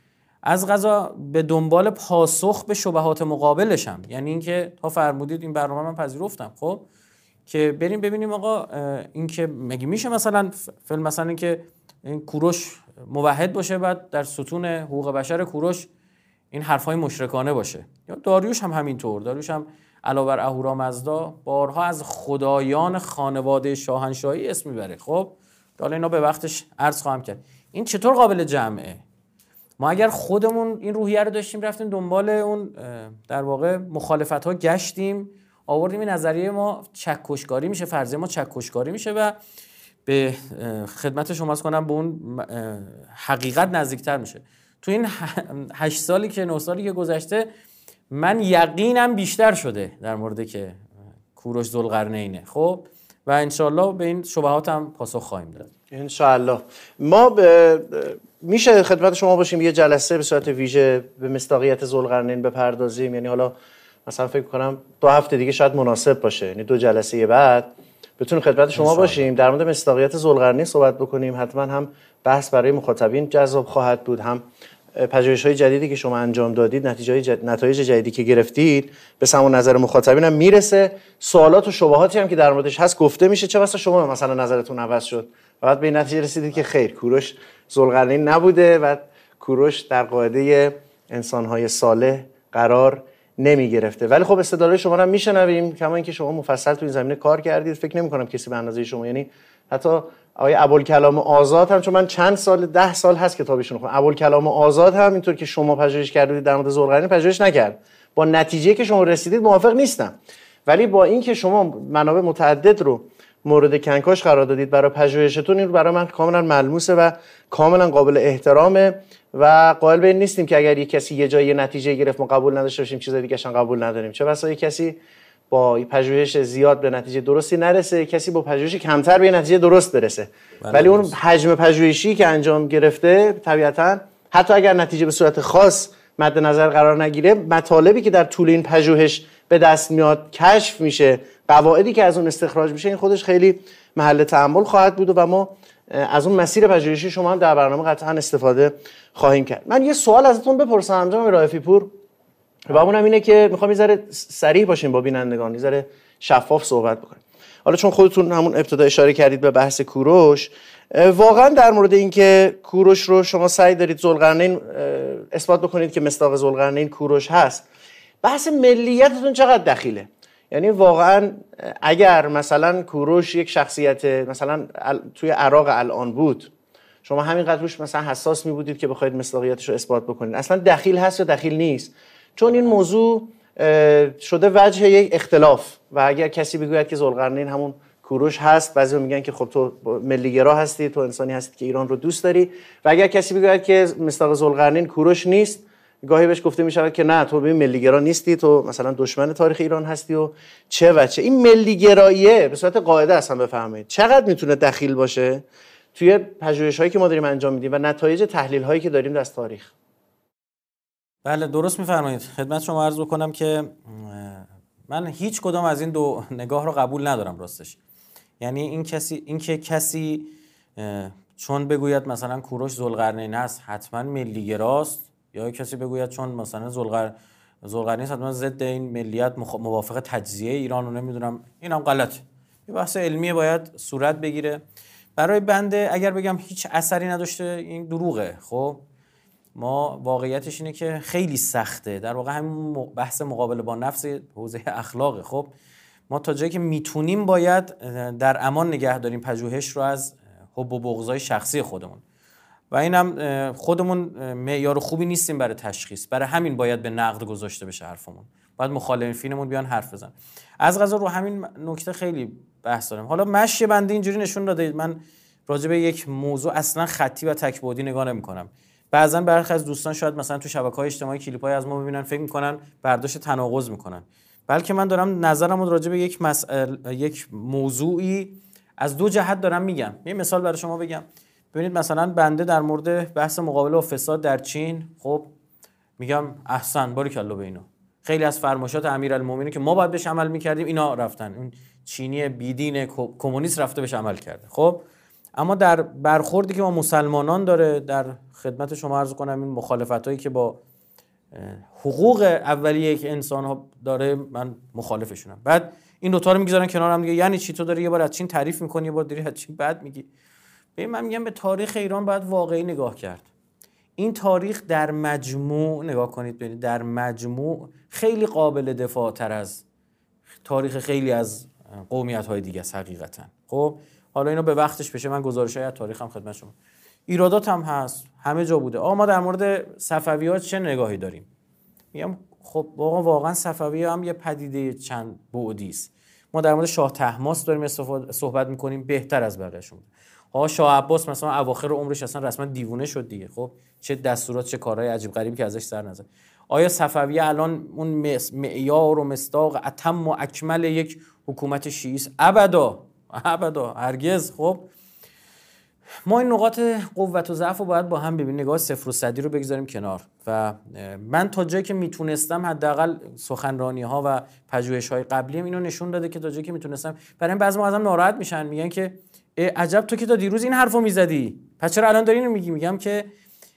[SPEAKER 2] از قضا به دنبال پاسخ به شبهات مقابلشم. یعنی اینکه تا فرمودید این برنامه من پذیرفتم، خب که بریم ببینیم آقا این که مگه میشه مثلا فیلم مثلا این که این کوروش موحد باشه بعد در ستون حقوق بشر کوروش این حرفای مشرکانه باشه. یا داریوش هم همینطور. داریوش هم علاوه بر اهورامزدا بارها از خدایان خانواده شاهنشاهی اسم میبره. خب حالا اینا به وقتش عرض خواهم کرد. این چطور قابل جمعه؟ ما اگر خودمون این روحیه رو داشتیم رفتیم دنبال اون در واقع مخالفت‌ها گشتیم، آوردیم این نظریه ما چکشکاری میشه، فرضیه ما چکشکاری میشه و به خدمت شما عرض کنم به اون حقیقت نزدیکتر میشه. تو این هشت سالی که نه سالی که گذشته من یقینم بیشتر شده در مورد که کوروش ذوالقرنینه. خب و انشالله به این شبهات هم پاسخ خواهیم داد
[SPEAKER 1] انشالله. ما به میشه خدمت شما باشیم یه جلسه به صورت ویژه به مصداقیت ذوالقرنین بپردازیم. یعنی حالا مثلا فکر کنم دو هفته دیگه شاید مناسب باشه، یعنی دو جلسه بعد بتونیم خدمت شما باشیم در مورد مصداقیت ذوالقرنین صحبت بکنیم. حتما هم بحث برای مخاطبین جذاب خواهد بود، هم پژوهش‌های جدیدی که شما انجام دادید، نتیجه جد... نتایج جدیدی که گرفتید به سمع نظر مخاطبین هم میرسه. سوالات و شبهاتی هم که در موردش هست گفته میشه. چه بسا شما مثلا نظرتون عوض شد و بعد به این نتیجه رسیدید که خیر کوروش ذوالقرنین نبوده و کوروش در قاعده انسان‌های صالح قرار نمی گرفته. ولی خب استدلال شما رو میشنویم، کما اینکه شما مفصل تو این زمینه کار کردید. فکر نمی کنم کسی به اندازه شما، یعنی حتی آقای ابوالکلام آزاد هم، چون من چند سال ده سال هست کتابشون رو خوندم، ابوالکلام آزاد هم اینطور که شما پژوهش کردید در مورد ذوالقرنین پژوهش نکرد. با نتیجه که شما رسیدید موافق نیستم، ولی با این که شما منابع متعدد رو مورد کنکاش قرار دادید برای پژوهشتون، این رو برای من کاملا ملموسه و کاملا قابل احترامه و قائل به این نیستیم که اگر یک کسی یه جایی نتیجه گرفت ما قبول نداشته باشیم چیز دیگه اصلا قبول نداریم. چه بسا یک کسی با پژوهش زیاد به نتیجه درستی نرسه، کسی با پژوهش کمتر به نتیجه درست برسه. ولی اون حجم پژوهشی که انجام گرفته طبیعتاً حتی اگر نتیجه به صورت خاص مد نظر قرار نگیره، مطالبی که در طول این پژوهش به دست میاد کشف میشه، قواعدی که از اون استخراج میشه، این خودش خیلی محل تأمل خواهد بود و ما از اون مسیر پژوهشی شما هم در برنامه قطعا استفاده خواهیم کرد. من یه سوال ازتون بپرسم جناب رائفی پور و اونم اینه که میخوام یه ذره صریح باشیم با بینندگان، یه ذره شفاف صحبت بکنیم. حالا چون خودتون همون ابتدا اشاره کردید به بحث کوروش، واقعا در مورد اینکه کوروش رو شما سعی دارید ذوالقرنین اثبات بکنید که مصداق ذوالقرنین کوروش هست، بحث ملیتتون چقدر دخیله؟ یعنی واقعا اگر مثلا کوروش یک شخصیت مثلا توی عراق الان بود، شما همینقدر روش مثلا حساس می بودید که بخواید مصداقیتش رو اثبات بکنید؟ اصلا دخیل هست یا دخیل نیست؟ چون این موضوع شده وجه یک اختلاف و اگر کسی بگوید که ذوالقرنین همون کوروش هست، بعضی میگن که خب تو ملیگرا هستی، تو انسانی هستی که ایران رو دوست داری، و اگر کسی بگوید که مصداق ذوالقرنین کوروش نیست، گاهی بهش گفته میشود که نه تو ببین ملیگرا نیستی، تو مثلا دشمن تاریخ ایران هستی و چه و چه. این ملیگراییه به صورت قاعده اصلا بفهمید چقدر میتونه دخیل باشه توی پژوهش‌هایی که ما داریم انجام میدیم و نتایج تحلیل‌هایی که داریم از تاریخ.
[SPEAKER 2] بله درست میفرمایید. خدمت شما عرض بکنم که من هیچ کدام از این دو نگاه رو قبول ندارم راستش. یعنی این کسی این که کسی چون بگوید مثلا کوروش ذوالقرنین است حتما ملیگراست، یا کسی بگوید چون مثلا ذوالقر ذوالقرنین حتما ضد این ملیت مخ... موافق تجزیه ایران رو نمیدونم، اینم غلطه. یه بحث علمی باید صورت بگیره. برای بنده اگر بگم هیچ اثری نداشته این دروغه. خب ما واقعیتش اینه که خیلی سخته، در واقع همین بحث مقابله با نفس حوزه اخلاقه. خب ما تا جایی که میتونیم باید در امان نگه داریم پژوهش رو از حب و بغضای شخصی خودمون و اینم خودمون معیار خوبی نیستیم برای تشخیص، برای همین باید به نقد گذاشته بشه حرفمون، باید مخالفینمون بیان حرف بزنن. از قضا رو همین نکته خیلی بحث دارم. حالا مشی بنده اینجوری نشون داده من راجع به یک موضوع اصلا خطی و تک‌بعدی نگاه نمی‌کنم. بعضن برخی از دوستان شاید مثلا تو شبکه‌های اجتماعی کلیپ‌های از ما ببینن فکر می‌کنن برداشت تناقض می‌کنن، بلکه من دارم نظرمو راجع به یک مسئله یک موضوعی از دو جهت دارم میگم. یه مثال برای شما بگم. ببینید مثلا بنده در مورد بحث مقابله با فساد در چین خب میگم احسن باریکالله به اینا. خیلی از فرمایشات امیرالمومنین که ما باید بهش عمل می‌کردیم اینا رفتن، اون چینی بیدین کمونیست رفته بهش عمل کرده. خب اما در برخوردی که با مسلمانان داره، در خدمت شما عرض کنم این مخالفتایی که با حقوق اولیه یک انسان ها داره من مخالفشونم. بعد این دوتا رو میگذارن کنار هم دیگه. یعنی چی؟ تو داری یه بار از چین تعریف میکنی، یه بار داری از چین بعد میگی. ببین من میگم به تاریخ ایران باید واقعی نگاه کرد. این تاریخ در مجموع نگاه کنید ببینید در مجموع خیلی قابل دفاع تر از تاریخ خیلی از قومیت های دیگه است حقیقتا. خب حالا اینو به وقتش بشه من گزارش‌های از تاریخ هم خدمت شما. ایرادات هم هست، همه جا بوده. آقا ما در مورد صفوی‌ها چه نگاهی داریم؟ میگم خب واقعا واقعا صفوی‌ها هم یه پدیده چند بعدی است. ما در مورد شاه طهماسپ داریم صحبت می‌کنیم بهتر از بقیه‌شون. آقا شاه عباس مثلا اواخر عمرش اصلا رسما دیوونه شد دیگه. خب چه دستورات چه کارهای عجیب غریبی که ازش سر نزد. آیا صفویه الان اون معیار و مصداق اتم و اکمل یک حکومت شیعی است؟ ابدا ابدا هرگز. خب ما این نقاط قوت و ضعف رو باید با هم ببینیم، نگاه صفر و صدی رو بگذاریم کنار. و من تا جایی که میتونستم حداقل سخنرانی ها و پژوهش های قبلی اینو نشون داده که تا جایی که میتونستم، برای این بعضی ازم ناراحت میشن، میگن که عجب تو که تا دیروز این حرفو میزدی پس چرا الان داری اینو میگی؟ میگم که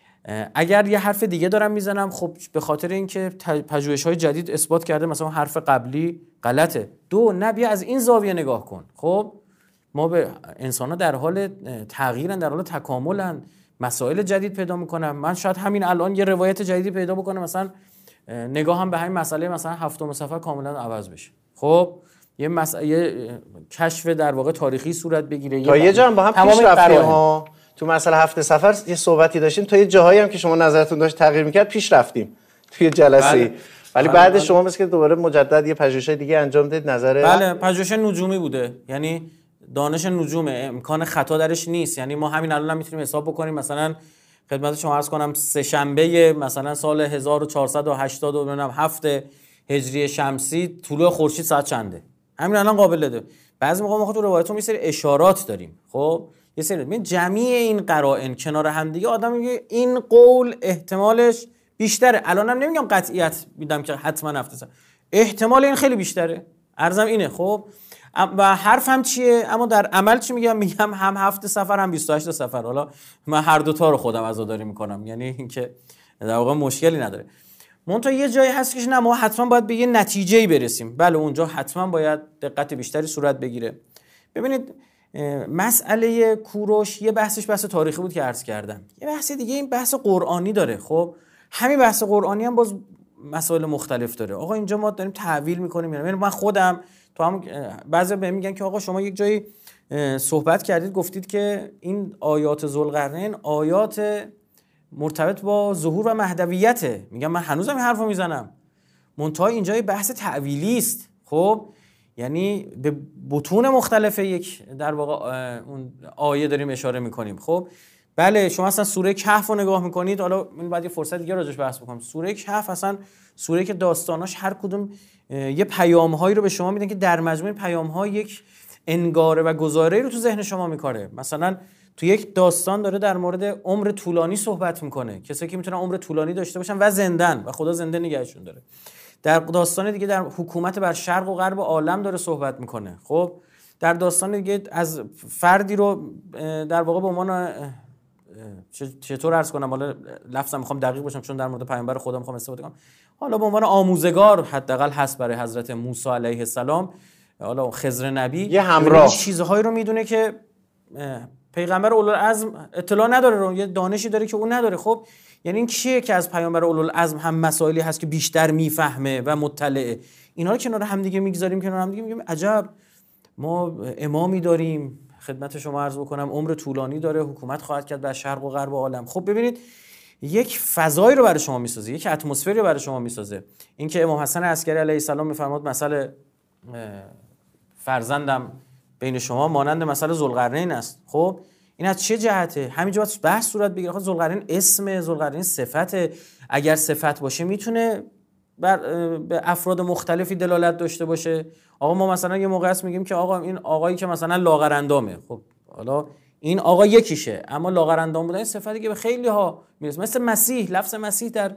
[SPEAKER 2] اگر یه حرف دیگه دارم میزنم خب به خاطر اینکه پژوهش‌های جدید اثبات کرده مثلا حرف قبلی غلطه. دو نه بیا از این زاویه نگاه کن. خب ما به انسان‌ها در حال تغییرن، در حال تکاملن، مسائل جدید پیدا میکنن. من شاید همین الان یه روایت جدیدی پیدا بکنم مثلا نگاهم به همین مسئله مثلا هفتم صفحه کاملا عوض بشه. خب یه مسئله یه کشف در واقع تاریخی صورت بگیره.
[SPEAKER 1] تا یه جا با هم پیش رفتیم ها. تو مسئله هفت سفر یه صحبتی داشتیم، تا یه جاهایی هم که شما نظرتون داشت تغییر میکرد پیش رفتیم توی جلسه. بله. ولی بعد بله. شما مثل که دوباره مجدد یه پژوهش دیگه انجام دادید نظر.
[SPEAKER 2] بله پژوهش نجومی بوده، یعنی دانش نجومه، امکان خطا درش نیست. یعنی ما همین الان هم میتونیم حساب بکنیم مثلا خدمت شما عرض کنم سه شنبه مثلا سال هزار و چهارصد و هشتاد و هفت هجری شمسی طلوع خورشید ساعت چنده، همین الان قابل ده. بعضی موقع ما تو روایتون یه سری اشارات داریم. خب یه سری من جمعی این قرائن کنار هم دیگه آدم میگه این قول احتمالش بیشتره. الانم نمیگم قطعیت میدم که حتما هفته، احتمال این خیلی بیشتره، عرضم اینه. خب و حرف هم چیه؟ اما در عمل چی میگم؟ میگم هم هفت سفر هم بیست و هشت سفر. حالا من هر دو تا رو خودم عزاداری میکنم، یعنی اینکه در واقع مشکلی نداره. منتها یه جایی هست که نه ما حتما باید به یه نتیجه‌ای برسیم. بله اونجا حتما باید دقت بیشتری صورت بگیره. ببینید مسئله کوروش یه بحثش بحث تاریخی بود که عرض کردم، یه بحث دیگه این بحث قرآنی داره. خب همین بحث قرآنی هم باز مسائل مختلف داره. آقا اینجا ما داریم تعویل میکنیم، یعنی من خودم تو هم بعضی بهم میگن که آقا شما یک جایی صحبت کردید گفتید که این آیات ذوالقرنین آیات مرتبط با ظهور و مهدویته. میگم من هنوزم این حرفو میزنم، منتها اینجا یه بحث تعویلی است. خب یعنی به بطون مختلف یک در واقع اون آیه داریم اشاره میکنیم. خب بله شما اصلا سوره کهف رو نگاه میکنید، حالا این بعد یه فرصت دیگه راجعش بحث بکنم. سوره کهف اصلا سوره که داستاناش هر کدوم یه پیام‌هایی رو به شما میدن که در مجموع پیام‌ها یک انگاره و گزاره‌ای رو تو ذهن شما میکاره. مثلا تو یک داستان داره در مورد عمر طولانی صحبت میکنه، کسایی که میتونن عمر طولانی داشته باشن و زندن و خدا زنده نگهشون داره. در داستان دیگه در حکومت بر شرق و غرب عالم داره صحبت میکنه. خب در داستان دیگه از فردی رو در واقع به عنوان چطور عرض کنم، حالا لفظم میخوام دقیق باشم چون در مورد پیامبر خدا میخوام استفاده کنم، حالا به عنوان آموزگار حداقل هست برای حضرت موسی علیه السلام، حالا خضر نبی
[SPEAKER 1] یه همراه
[SPEAKER 2] چیزهایی رو میدونه که پیغمبر اولوالعزم اطلاع نداره، رو یه دانشی داره که اون نداره. خب یعنی این کیه که از پیامبر اولوالعزم هم مسائلی هست که بیشتر میفهمه و مطلعه؟ اینا رو کنار هم دیگه میگذاریم کنار هم دیگه میگیم عجب ما امامی داریم خدمت شما عرض بکنم عمر طولانی داره، حکومت خواهد کرد بر شرق و غرب عالم. خب ببینید یک فضایی رو برای شما میسازه، یک اتمسفری رو برای شما میسازه. اینکه امام حسن عسکری علیه السلام میفرماد مسئله فرزندم بین شما مانند مسئله ذوالقرنین است. خب این از چه جهته؟ همینجا باید بحث صورت بگیره. خب ذوالقرنین اسم، ذوالقرنین صفته، اگر صفت باشه میتونه بر به افراد مختلفی دلالت داشته باشه. آقا ما مثلا یه موقع است میگیم که آقا این آقایی که مثلا لاغر اندامه، خب حالا این آقا یکیشه اما لاغر اندام بودن این صفتی که به خیلی ها میرسه، مثل مسیح. لفظ مسیح در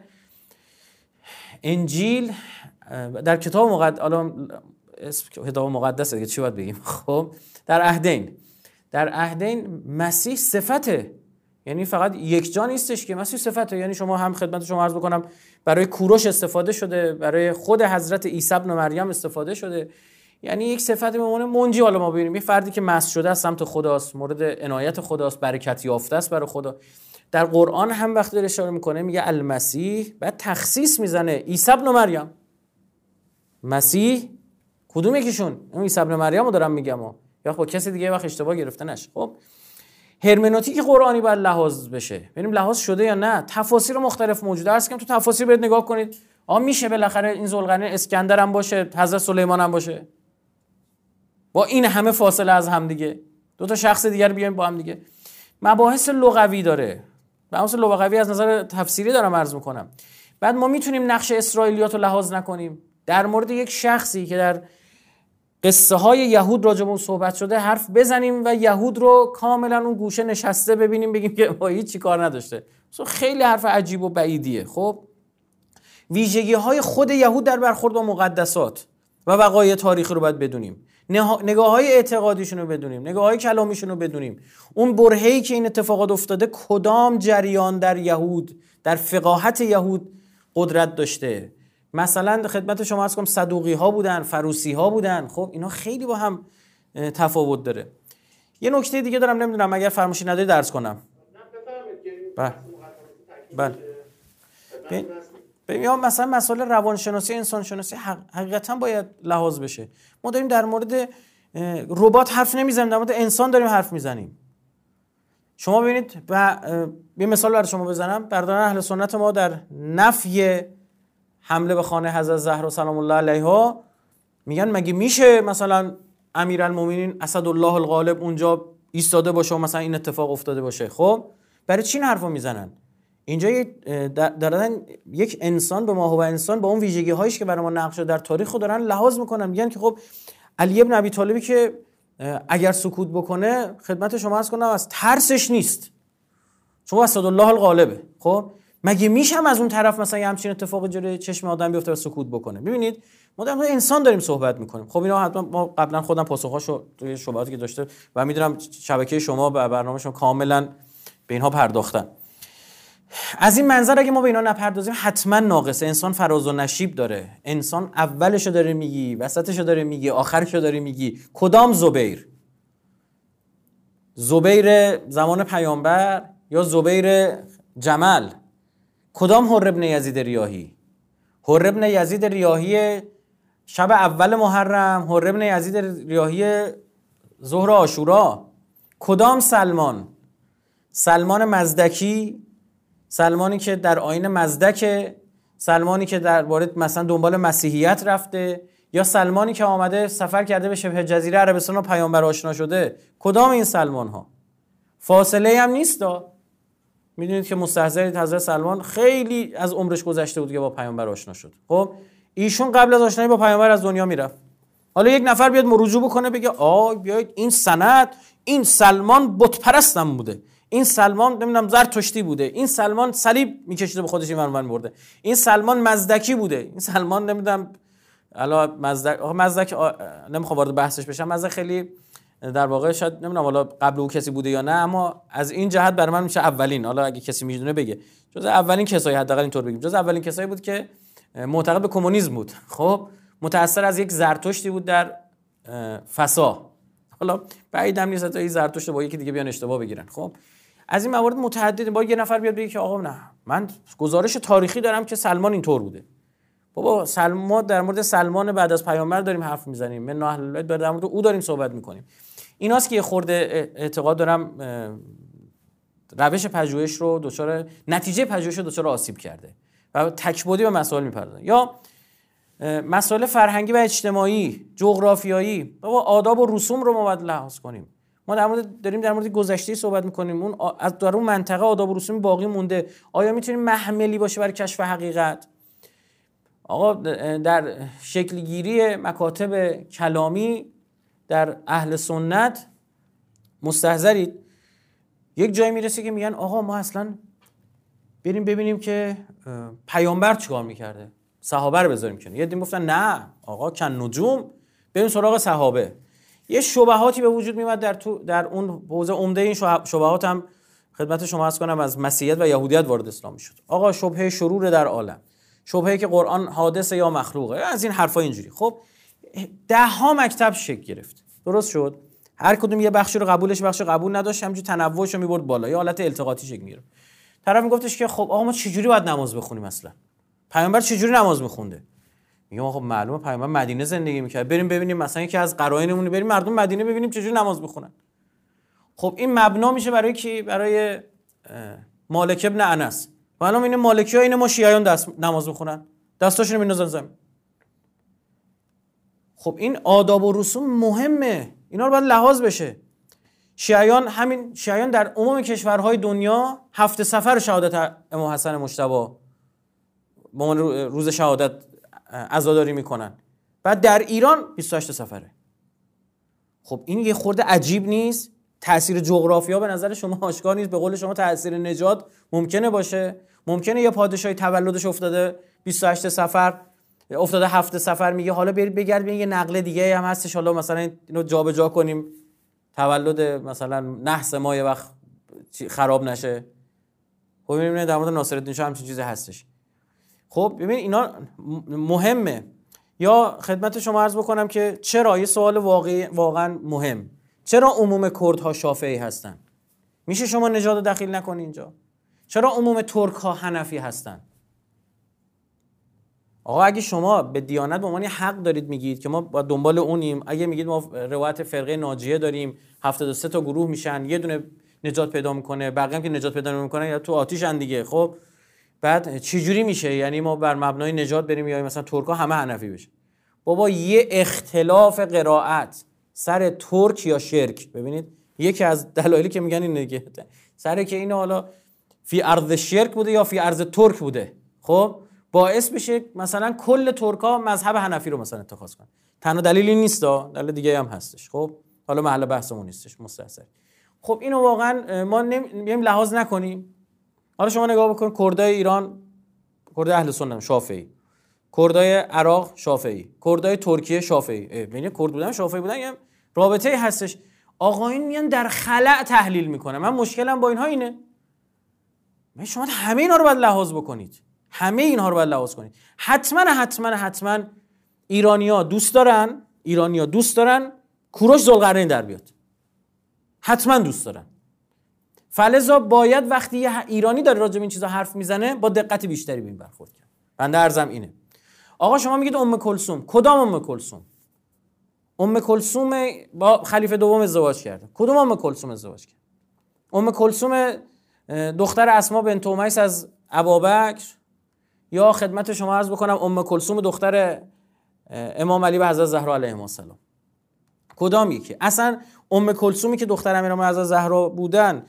[SPEAKER 2] انجیل در کتاب مقدس، حالا اسم کتاب مقدسه دیگه چی باید بگیم، خب در عهدین در عهدین مسیح صفته، یعنی فقط یک جا نیستش که مسیح صفته. یعنی شما هم خدمت شما عرض بکنم برای کوروش استفاده شده، برای خود حضرت عیسی ابن مریم استفاده شده، یعنی یک صفت به عنوان منجی. حالا ما ببینیم یه فردی که مسح شده از سمت خداست، مورد عنایت خداست، برکت یافته است برای خدا. در قرآن هم وقتی داره اشاره میکنه میگه المسیح، بعد تخصیص میزنه عیسی ابن مریم. مسیح کدوم یکیشون؟ اون عیسی ابن مریم رو دارم میگم ها، یا با کسی دیگه وقت اشتباه گرفته نشه. خب هرمنوتیک قرآنی باید لحاظ بشه، ببینیم لحاظ شده یا نه. تفاسیر مختلف موجوده است که تو تفاسیر برید نگاه کنید، آ میشه بالاخره این ذوالقرنین اسکندر هم باشه، حضرت سلیمان هم باشه، با این همه فاصله از هم دیگه، دو تا شخص دیگر بیایم با هم دیگه. مباحث لغوی داره، مباحث لغوی از نظر تفسیری دارم عرض میکنم. بعد ما میتونیم نقش اسرائیلیات رو لحاظ نکنیم، در مورد یک شخصی که در قصه های یهود راجع به اون صحبت شده حرف بزنیم و یهود رو کاملا اون گوشه نشسته ببینیم بگیم که با هیچ چی کار نداشته. خیلی حرف عجیب و بعیدیه. خب ویژگی های خود یهود در برخورد با مقدسات و وقایع تاریخی رو باید بدونیم، نگاه های اعتقادیشون رو بدونیم، نگاه های کلامیشون رو بدونیم. اون برهه‌ای که این اتفاقات افتاده کدام جریان در یهود، در فقاهت یهود قدرت داشته. مثلا خدمت شما عرض کنم صدوقی ها بودن، فروسی ها بودن. خب اینا خیلی با هم تفاوت داره. یه نکته دیگه دارم، نمیدونم اگر فرمایشی نداری درس کنم. بله بله. ببین مثلا مسائل روانشناسی، انسان شناسی حقیقتا باید لحاظ بشه. ما داریم در مورد ربات حرف نمیزنیم، در مورد انسان داریم حرف میزنیم. شما ببینید و یه مثال برای شما بزنم. برادران اهل سنت ما در نفی حمله به خانه حضرت زهرا سلام الله علیها میگن مگه میشه مثلا امیرالمومنین اسدالله الغالب اونجا ایستاده باشه و مثلا این اتفاق افتاده باشه؟ خب برای چی این حرفو میزنن؟ اینجا دارن یک انسان به ماهو انسان با اون ویژگی هایش که برای ما نقش در تاریخ دارن لحاظ میکنن. میگن که خب علی ابن ابی طالبی که اگر سکوت بکنه خدمت شما عرض کنم از ترسش نیست، چون اسدالله الغالبه. خب مگه میشم از اون طرف مثلا یه همچین اتفاق جلوی چشم آدم بیفته و سکوت بکنه؟ ببینید ما در مورد انسان داریم صحبت میکنیم. خب اینا حتما ما قبلا خودم پاسخاشو توی شبهاتی که داشته و میدونم شبکه شما و برنامه‌شون کاملا به اینها پرداختن. از این منظر اگه ما به اینا نپردازیم حتما ناقصه. انسان فراز و نشیب داره. انسان اولشو داره میگی، وسطشو داره میگی، آخرشو داره میگی. کدام زبیر؟ زبیر زمان پیامبر یا زبیر جمل؟ کدام حر ابن یزید ریاحی؟ حر ابن یزید ریاحی شب اول محرم، حر ابن یزید ریاحی ظهر عاشورا. کدام سلمان؟ سلمان مزدکی، سلمانی که در آیین مزدک، سلمانی که در وارد مثلا دنبال مسیحیت رفته، یا سلمانی که آمده سفر کرده به شبه جزیره عربستان و پیامبر آشنا شده؟ کدام این سلمان ها؟ فاصله هم نیست دا. میدونید که مستحضرید حضرت سلمان خیلی از عمرش گذشته بود که با پیامبر آشنا شد. خب ایشون قبل از آشنایی با پیامبر از دنیا میرفت. حالا یک نفر بیاد مروجو بکنه بگه آ بیاید این سند، این سلمان بت پرستم بوده، این سلمان نمیدونم زرتشتی بوده، این سلمان صلیب میکشیده به خودش این ورون برده، این سلمان مزدکی بوده، این سلمان نمیدونم الا مزدک آخه مزدک آ... نمیخوام وارد بحثش بشم. مزدک خیلی در واقع شاید نمیدونم حالا قبل او کسی بوده یا نه، اما از این جهت برای من میشه اولین، حالا اگه کسی میدونه بگه، جز اولین کسایی، حداقل اینطور بگیم، جز اولین کسایی بود که معتقد به کمونیسم بود. خب متأثر از یک زرتشتی بود در فسا. حالا بعیدم نیست تا این زرتشت با یکی دیگه بیان اشتباه بگیرن. خب از این موارد متعدد با یه نفر بیاد بگه که آقا نه من گزارش تاریخی دارم که سلمان اینطور بوده. بابا سلمان در مورد سلمان بعد از پیامبر داریم حرف میزنیم، من اهل البیت در مورد او داریم صحبت میکنیم. ایناست که یه خورده اعتقاد دارم روش پژوهش رو دچار نتیجه پژوهش رو دچار آسیب کرده و تکبودی به مسائل میپردازن. یا مسائل فرهنگی و اجتماعی، جغرافیایی، بابا آداب و رسوم رو ما باید لحاظ کنیم. ما در مورد داریم در مورد گذشته صحبت میکنیم، اون از در اون منطقه آداب و رسوم باقی مونده، آیا میتونیم محملی باشه برای کشف حقیقت؟ آقا در شکل گیری مکاتب کلامی در اهل سنت مستحضرید یک جایی میرسه که میگن آقا ما اصلا بریم ببینیم که پیامبر چیکار میکرده، صحابه رو بذاریم کنه. یه دیم گفتن نه آقا کن نجوم بریم سراغ صحابه. یه شبهاتی به وجود میاد در تو در اون حوزه عمده. این شبهات هم خدمت شما عرض کنم از مسیحیت و یهودیت وارد اسلام شد. آقا شبهه شرور در عالم، شبهه که قرآن حادثه یا مخلوقه، از این حرفا اینجوری. خب ده ها مکتب شکل گرفت، درست شد، هر کدوم یه بخشی رو قبولش بخشی قبول نداشت، همینجوری تنوعش رو میبرد بالا، یه حالت التقاطی شکل میگرفت. طرف میگفتش که خب آقا ما چجوری باید نماز بخونیم، اصلا پیامبر چجوری نماز میخونده؟ میگم خب معلومه پیامبر مدینه زندگی میکرد، بریم ببینیم مثلا یکی از قرائنمون، بریم مردم مدینه ببینیم چجوری نماز میخونن. خب این مبنا میشه برای کی؟ برای مالک ابن انس. معلومه این مالکی‌ها این ما شیعیان دست نماز میخونن، دستاشون رو میندازن زمین. خب این آداب و رسوم مهمه، اینا رو باید لحاظ بشه. شیعیان همین شیعیان در عموم کشورهای دنیا هفت سفر شهادت امام حسن مجتبی با من روز شهادت عزاداری میکنن، بعد در ایران بیست و هشت سفره. خب این یه خورده عجیب نیست؟ تأثیر جغرافیا به نظر شما آشکار نیست؟ به قول شما تأثیر نجات ممکنه باشه. ممکنه یه پادشاهی تولدش افتاده بیست و هشت سفر، افتاده هفت سفر، میگه حالا برید بگرد ببین یه نقل دیگه هم هستش، حالا مثلا اینو جابجا کنیم تولد مثلا نحس ما یه وقت خراب نشه. خب ببینید در مورد ناصرالدین شاه همچین چیزی هستش. خب ببین اینا مهمه. یا خدمت شما عرض بکنم که چرا، یه سوال واقعی واقعا مهم، چرا عموم کردها شافعی هستن؟ میشه شما نژاد دخیل نکنی اینجا؟ چرا عموم ترک ها حنفی هستن؟ آقا اگه شما به دیانت به عنوان حق دارید میگید که ما با دنبال اونیم، اگه میگید ما روایت فرقه ناجیه داریم هفتاد و سه تا گروه میشن، یه دونه نجات پیدا میکنه، بقیه هم که نجات پیدا نمیکنن یا تو آتیشن دیگه، خب بعد چه جوری میشه؟ یعنی ما بر مبنای نجات بریم یا مثلا ترکا همه حنفی بشه؟ بابا یه اختلاف قرائت سر ترک یا شرک، ببینید یکی از دلایلی که میگن اینه که سر که اینو حالا فی ارض شرک بوده یا فی ارض ترک بوده، خب باعث بشه مثلا کل ترکا مذهب حنفی رو مثلا اتخاذ کنن. تنها دلیلی نیست، دلیل دیگه هم هستش. خب حالا محل بحثمون نیستش مستحضر. خب اینو واقعا ما نمی لحاظ نکنیم. حالا شما نگاه بکن، کردای ایران کردای اهل سنت شافعی، کردای عراق شافعی، کردای ترکیه شافعی. ببین کرد بودن شافعی بودن یه رابطه‌ای هستش. آقایون میان در خلأ تحلیل میکنن. من مشکلم با اینها اینه. من شما همه اینا رو باید لحاظ بکنید. همه اینها رو باید لحاظ کنید. حتما حتما حتما ایرانی‌ها دوست دارن، ایرانی‌ها دوست دارن کوروش ذوالقرنین در بیاد. حتما دوست دارن. فلذا باید وقتی یه ایرانی داره راجع به این چیزا حرف میزنه با دقت بیشتری ببین برخورد کنه. بنده عرضم اینه. آقا شما میگید ام کلثوم، کدام ام کلثوم؟ ام کلثوم با خلیفه دوم ازدواج کرده. کدوم ام کلثوم ازدواج کرد؟ ام کلثوم دختر اسما بنت امیس از ابابکر، یا خدمت شما عرض بکنم ام کلثوم دختر امام علی و حضرت زهرا علیهم السلام؟ کدام یکی؟ اصلا ام کلثومی که دختر امیرالمومنین حضرت زهرا بودن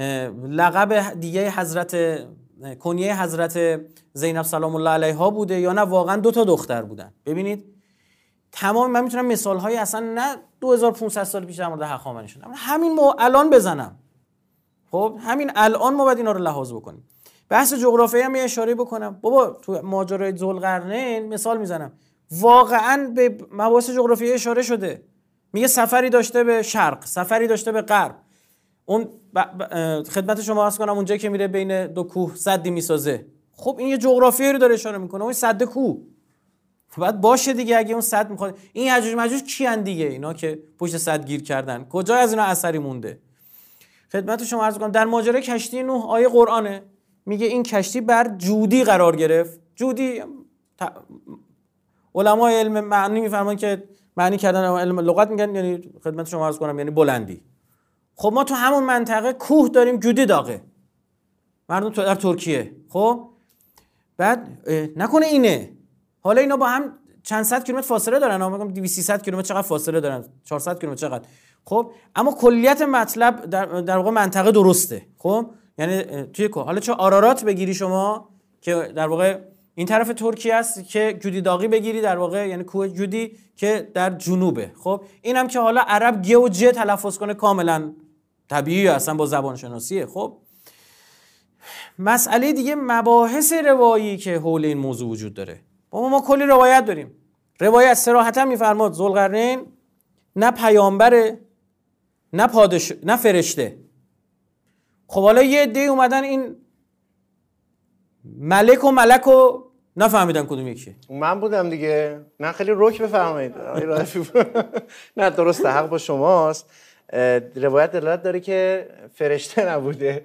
[SPEAKER 2] لقب دیگه حضرت کنیه حضرت زینب سلام الله علیها بوده یا نه واقعا دو تا دختر بودن؟ ببینید تمام من میتونم مثال های اصلا نه دو هزار و پانصد سال پیش در مورد هخامنشیان همین ما الان بزنم. خب همین الان ما باید اینا رو لحاظ بکنیم. بحث جغرافیایی هم یه اشاره بکنم. بابا تو ماجرای ذوالقرنین مثال میزنم، واقعا به مباحث جغرافیایی اشاره شده. میگه سفری داشته به شرق، سفری داشته به غرب. اون ب... ب... خدمت شما عرض کنم اونجایی که میره بین دو کوه سدی میسازه، خب این یه جغرافیایی رو داره اشاره میکنه. اون سد کوه بعد باشه دیگه. اگه اون سد میخواد، این یجوج مجوج کیان دیگه؟ اینا که پشت سد گیر کردن، کجا از اینا اثری مونده؟ خدمت شما عرض کنم در ماجرای کشتی نوح آیه قرآنه میگه این کشتی بر جودی قرار گرفت. جودی ت... علمای علم معنی میفرمان که معنی کردن علم لغت میگن یعنی خدمت شما عرض کنم یعنی بلندی. خب ما تو همون منطقه کوه داریم جودی داغه، مردم تو در ترکیه. خب بعد نکنه اینه، حالا اینا با هم چند صد کیلومتر فاصله دارن، من میگم دویست سیصد کیلومتر چقدر فاصله دارن، چهارصد کیلومتر چقدر. خب اما کلیت مطلب در در واقع منطقه درسته. خب یعنی توی کو حالا چه آرارات بگیری شما که در واقع این طرف ترکیه است، که جودی داغی بگیری در واقع یعنی کوه جودی که در جنوبه. خب اینم که حالا عرب گ و ج تلفظ کنه کاملا طبیعیه، اصلا با زبان شناسیه. خب مسئله دیگه مباحث روایی که حول این موضوع وجود داره. ما ما کلی روایت داریم. روایت صراحتا میفرماد ذوالقرنین نه پیامبره، نه پادش، نه فرشته. خب حالا یه عده اومدن این ملک و ملک رو نفهمیدن کدوم یکیه.
[SPEAKER 1] من بودم دیگه. نه خیلی رک بفرمایید. نه درسته، حق با شماست. روایت دلالت داره که فرشته نبوده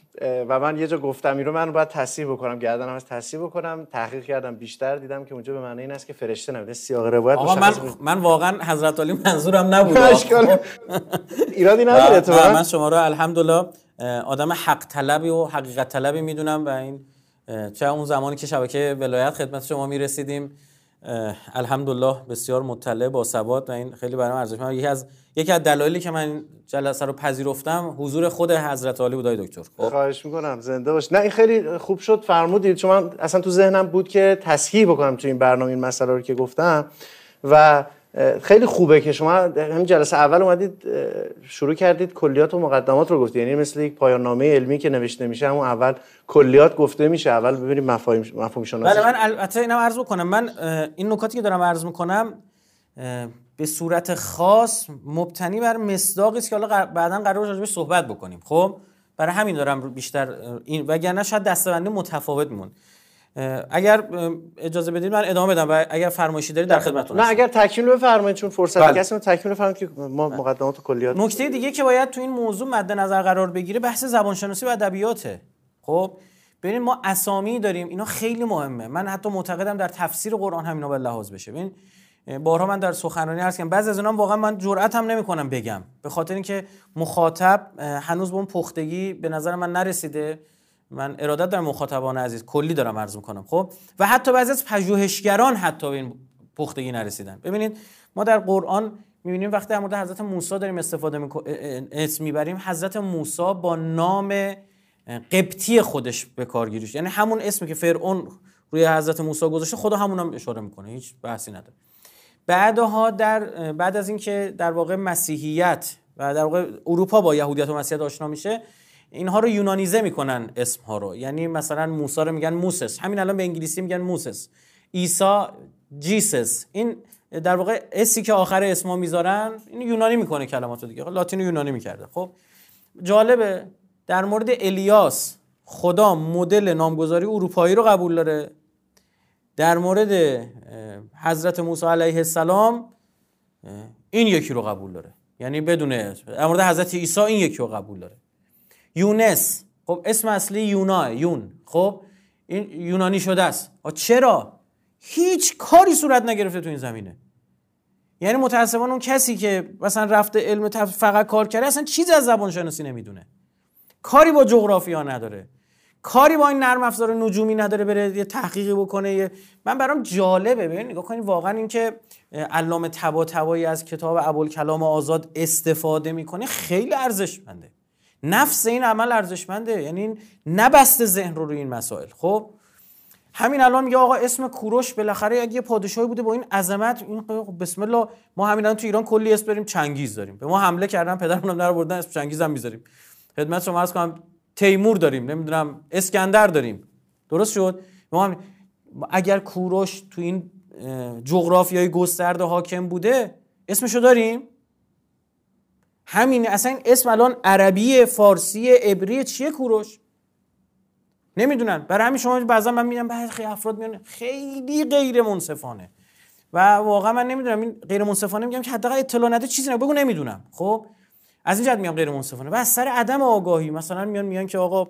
[SPEAKER 1] و من یه جا گفتم این رو من باید تصحیح بکنم، گردنم از تصحیح بکنم، تحقیق کردم بیشتر، دیدم که اونجا به معنی این است که فرشته نبوده. سیاق روایت
[SPEAKER 2] آقا من من واقعا حضرت علی منظورم نبود. اشکال
[SPEAKER 1] ایرادی نداره اتفاقا.
[SPEAKER 2] من شما رو الحمدلله آدم حق طلبی و حقیقت طلبی میدونم و این چه اون زمانی که شبکه ولایت خدمت شما میرسیدیم الحمدلله بسیار مطلع با ثبات و این خیلی برام ارزشمنده. یکی از یکی از دلایلی که من جلسه رو پذیرفتم حضور خود حضرت علی بود دکتر.
[SPEAKER 1] خواهش میکنم زنده باش. نه این خیلی خوب شد فرمودید، چون من اصلا تو ذهنم بود که تصحیح بکنم تو این برنامه این مسئله رو که گفتم و خیلی خوبه که شما همین جلسه اول اومدید شروع کردید کلیات و مقدمات رو گفتید، یعنی مثل یک پایان نامه علمی که نوشته میشه همون اول کلیات گفته میشه، اول ببینیم مفاهیم مفهوم شناسی.
[SPEAKER 2] بله من البته اینم عرض کنم، من این نکاتی که دارم عرض میکنم به صورت خاص مبتنی بر مصداقی است که حالا بعداً قرار راجع بهش صحبت بکنیم. خب برای همین دارم بیشتر این، وگرنه شاید دسته‌بندی متفاوت مون. اگر اجازه بدید من ادامه بدم و اگر فرمایشی دارید در خدمتتون هستم.
[SPEAKER 1] نه اگر تکمیل بفرمایید چون فرصت کسی رو تکمیل بفرمایید که ما بله. مقدمات و کلیات.
[SPEAKER 2] نکته دیگه که باید تو این موضوع مد نظر قرار بگیره بحث زبان شناسی و ادبیاته. خب ببین ما اسامی داریم، اینا خیلی مهمه. من حتی معتقدم در تفسیر قرآن هم اینا باید لحاظ بشه. ببین بارها من در سخنرانی عرض کردم بعضی از اونام واقعا من جرئت هم نمی‌کنم بگم، به خاطر اینکه مخاطب هنوز به اون پختگی به نظر من نرسیده. من ارادت دارم مخاطبان عزیز، کلی دارم عرض میکنم. خب و حتی بعضی از پژوهشگران حتی به این پختگی نرسیدن. ببینید ما در قرآن میبینیم وقتی در مورد حضرت موسی داریم استفاده میکنیم اسم میبریم، حضرت موسی با نام قبطی خودش به کار گیریش، یعنی همون اسمی که فرعون روی حضرت موسی گذاشته خدا همونم اشاره میکنه، هیچ بحثی نداره. بعدها در بعد از اینکه در واقع مسیحیت و در واقع اروپا با یهودیت و مسیحیت آشنا میشه، اینها رو یونانیزه میکنن اسم ها رو، یعنی مثلا موسی رو میگن موسس، همین الان به انگلیسی میگن موسس، عیسی جیسس. این در واقع اسی که آخر اسما میذارن این یونانی میکنه کلماتو دیگه، لاتین یونانی میکرده. خب جالبه در مورد الیاس خدا مدل نامگذاری اروپایی رو قبول داره، در مورد حضرت موسی علیه السلام این یکی رو قبول داره، یعنی بدون اسم. در مورد حضرت عیسی این یکی رو قبول داره. یونس خب اسم اصلی یونا، یون، خب این یونانی شده است. چرا؟ هیچ کاری صورت نگرفته تو این زمینه. یعنی متاسفانه اون کسی که مثلا رفته علم فقط کار کرده اصلا چیزی از زبان شناسی نمیدونه، کاری با جغرافیا نداره، کاری با این نرم افزار نجومی نداره بره یه تحقیقی بکنه. یه من برام جالبه ببین نگاه کنید واقعا این که علامه طباطبایی از کتاب ابوالکلام آزاد استفاده میکنه خیلی ارزشمنده. نفس این عمل ارزشمنده، یعنی نبسته ذهن رو روی این مسائل. خب همین الان میگه آقا اسم کوروش بالاخره اگه یه پادشاهی بوده با این عظمت، این بسم الله ما همین الان تو ایران کلی اسم داریم، چنگیز داریم، به ما حمله کردن پدرمونم در آوردن اسم چنگیز هم میذاریم. خدمت شما عرض کنم تیمور داریم، نمیدونم اسکندر داریم، درست شد. ما هم اگر کوروش تو این جغرافیای گسترده حاکم بوده اسمشو داریم. همین اصلا این اسم الان عربی، فارسی، عبری چیه کوروش؟ نمیدونن. برای همین شما بعضا من میبینم بعضی خیلی افراد میان خیلی غیر منصفانه و واقعا من نمیدونم این غیر منصفانه میگم که حداقل اطلاع نده، چیزی نگو، بگو نمیدونم. خب از این جهت میگم غیر منصفانه و از سر عدم آگاهی. مثلا میان میگن که آقا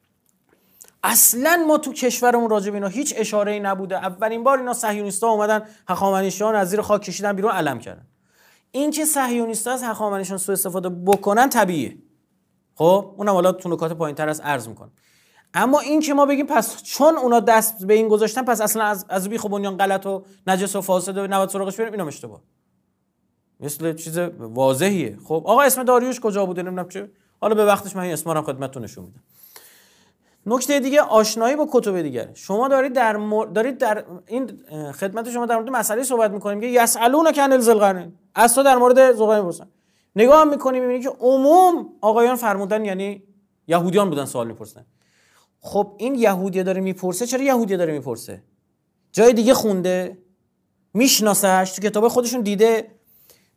[SPEAKER 2] اصلا ما تو کشورمون راجع به اینا هیچ اشاره‌ای نبوده، اولین بار اینا صهیونیست‌ها اومدن هخامنشیان از زیر خاک کشیدن بیرون علم کردن. این که صهیونیست‌ها از هخامنشیان سوء استفاده بکنن طبیعیه. خب اونم حالا تو نکات پایین‌تر از عرض میکنم. اما این که ما بگیم پس چون اونا دست به این گذاشتن پس اصلا از از بیخ و بنیان غلط و نجس و فاسد و نباید سراغش بریم، اینم اشتباه. مثل چیز واضحیه. خب آقا اسم داریوش کجا بوده نمیدونم چه، حالا به وقتش من این اسما رو خدمتتون نشون میدم. نکته دیگه آشنایی با کتب دیگه. شما دارید در مور... دارید در این خدمت شما در مورد مسئله صحبت می‌کنیم که یسالونک عن ذوالقرنین، از تو در مورد ذوالقرنین می‌پرسن. نگاه می‌کنی می‌بینی که عموم آقایان فرمودن یعنی یهودیان بودن سوال می‌پرسن. خب این یهودیه داره میپرسه، چرا یهودیه داره میپرسه؟ جای دیگه خونده؟ میشناسهش؟ تو کتاب خودشون دیده؟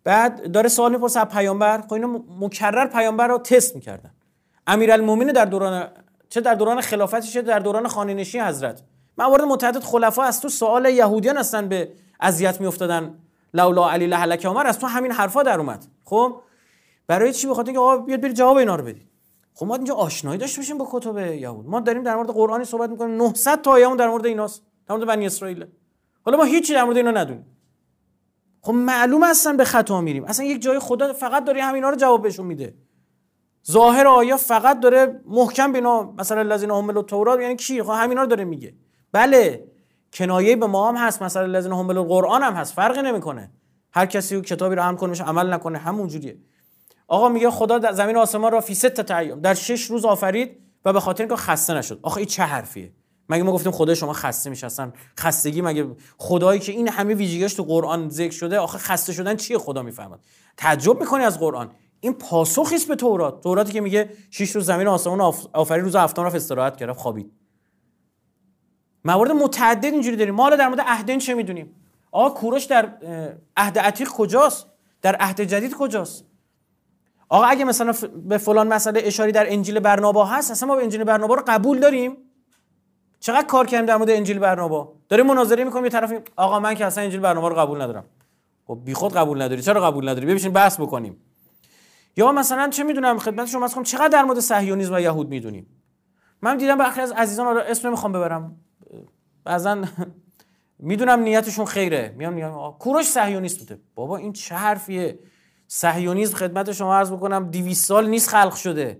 [SPEAKER 2] بعد داره سوال میپرسه از پیامبر. خب اینا مکرر پیامبر رو تست میکردن. امیرالمومنین در دوران چه در دوران خلافتش چه در دوران خانه‌نشینی حضرت، موارد متعدد خلفا از تو سوال یهودیان هستن به اذیت میافتادن، لولا علی لهلک عمر، از تو همین حرفا در اومد. خب برای چی؟ بخاطر اینکه آقا بیاد برید جواب اینا رو بدید. خب ما اینجا آشنایی داشته باشیم با کتب یهود. ما داریم در مورد قرآنی صحبت میکنیم نهصد تا آیه‌مون در مورد ایناست، در مورد بنی اسرائیل. حالا ما هیچی در مورد اینا ندونیم. خب معلومه اصلا به خطا میریم. اصلا یک جای خدا فقط داره همینا رو جواب بهشون میده. ظاهر آیه فقط داره محکم بینا مثلا الذین حملوا التوراة، یعنی کی؟ خب همینا رو داره میگه. بله کنایه به ما هم هست، مثلا الذین حملوا القرآن هم هست، فرقی نمیکنه. هر کسی کتابی رو هم کنه عمل نکنه همون جوریه. آقا میگه خدا در زمین و آسمان را فی ست ایام، در شش روز آفرید و به خاطر اینکه خسته نشد. آخه این چه حرفیه؟ مگه ما گفتیم خدای شما خسته میشه؟ اصلا خستگی مگه خدایی که این همه ویژگیاش تو قرآن ذکر شده، آخه خسته شدن چیه خدا میفهمد؟ تعجب میکنی از قرآن. این پاسخی است به تورات. توراتی که میگه شش روز زمین و آسمان آفرید، روز هفتم رفت استراحت کرد، خوابید. موارد متعدد اینجوری داریم. ما حالا در مورد عهدین چه میدونیم؟ آقا کوروش در عهد عتیق کجاست؟ در عهد جدید کجاست؟ آقا اگه مثلا به فلان مسئله اشاری در انجیل برنابا هست، اصلا ما به انجیل برنابا رو قبول داریم؟ چقدر کار کردیم در مورد انجیل برنابا؟ داریم مناظره میکنیم، یه طرف آقا من که اصلا انجیل برنابا رو قبول ندارم. خب بیخود قبول نداری، چرا قبول نداری؟ ببینیم بحث بکنیم. یا مثلا چه میدونم خدمت شما مثلا چقدر در مورد صهیونیسم و یهود میدونیم؟ من دیدم برخی از عزیزان اسم نمیخوام ببرم، بعضن میدونم نیتشون خیره، میام میگم کوروش صهیونیست بوده. بابا این چه حرفیه؟ صهیونیسم خدمت شما عرض بکنم دویست سال نیست خلق شده.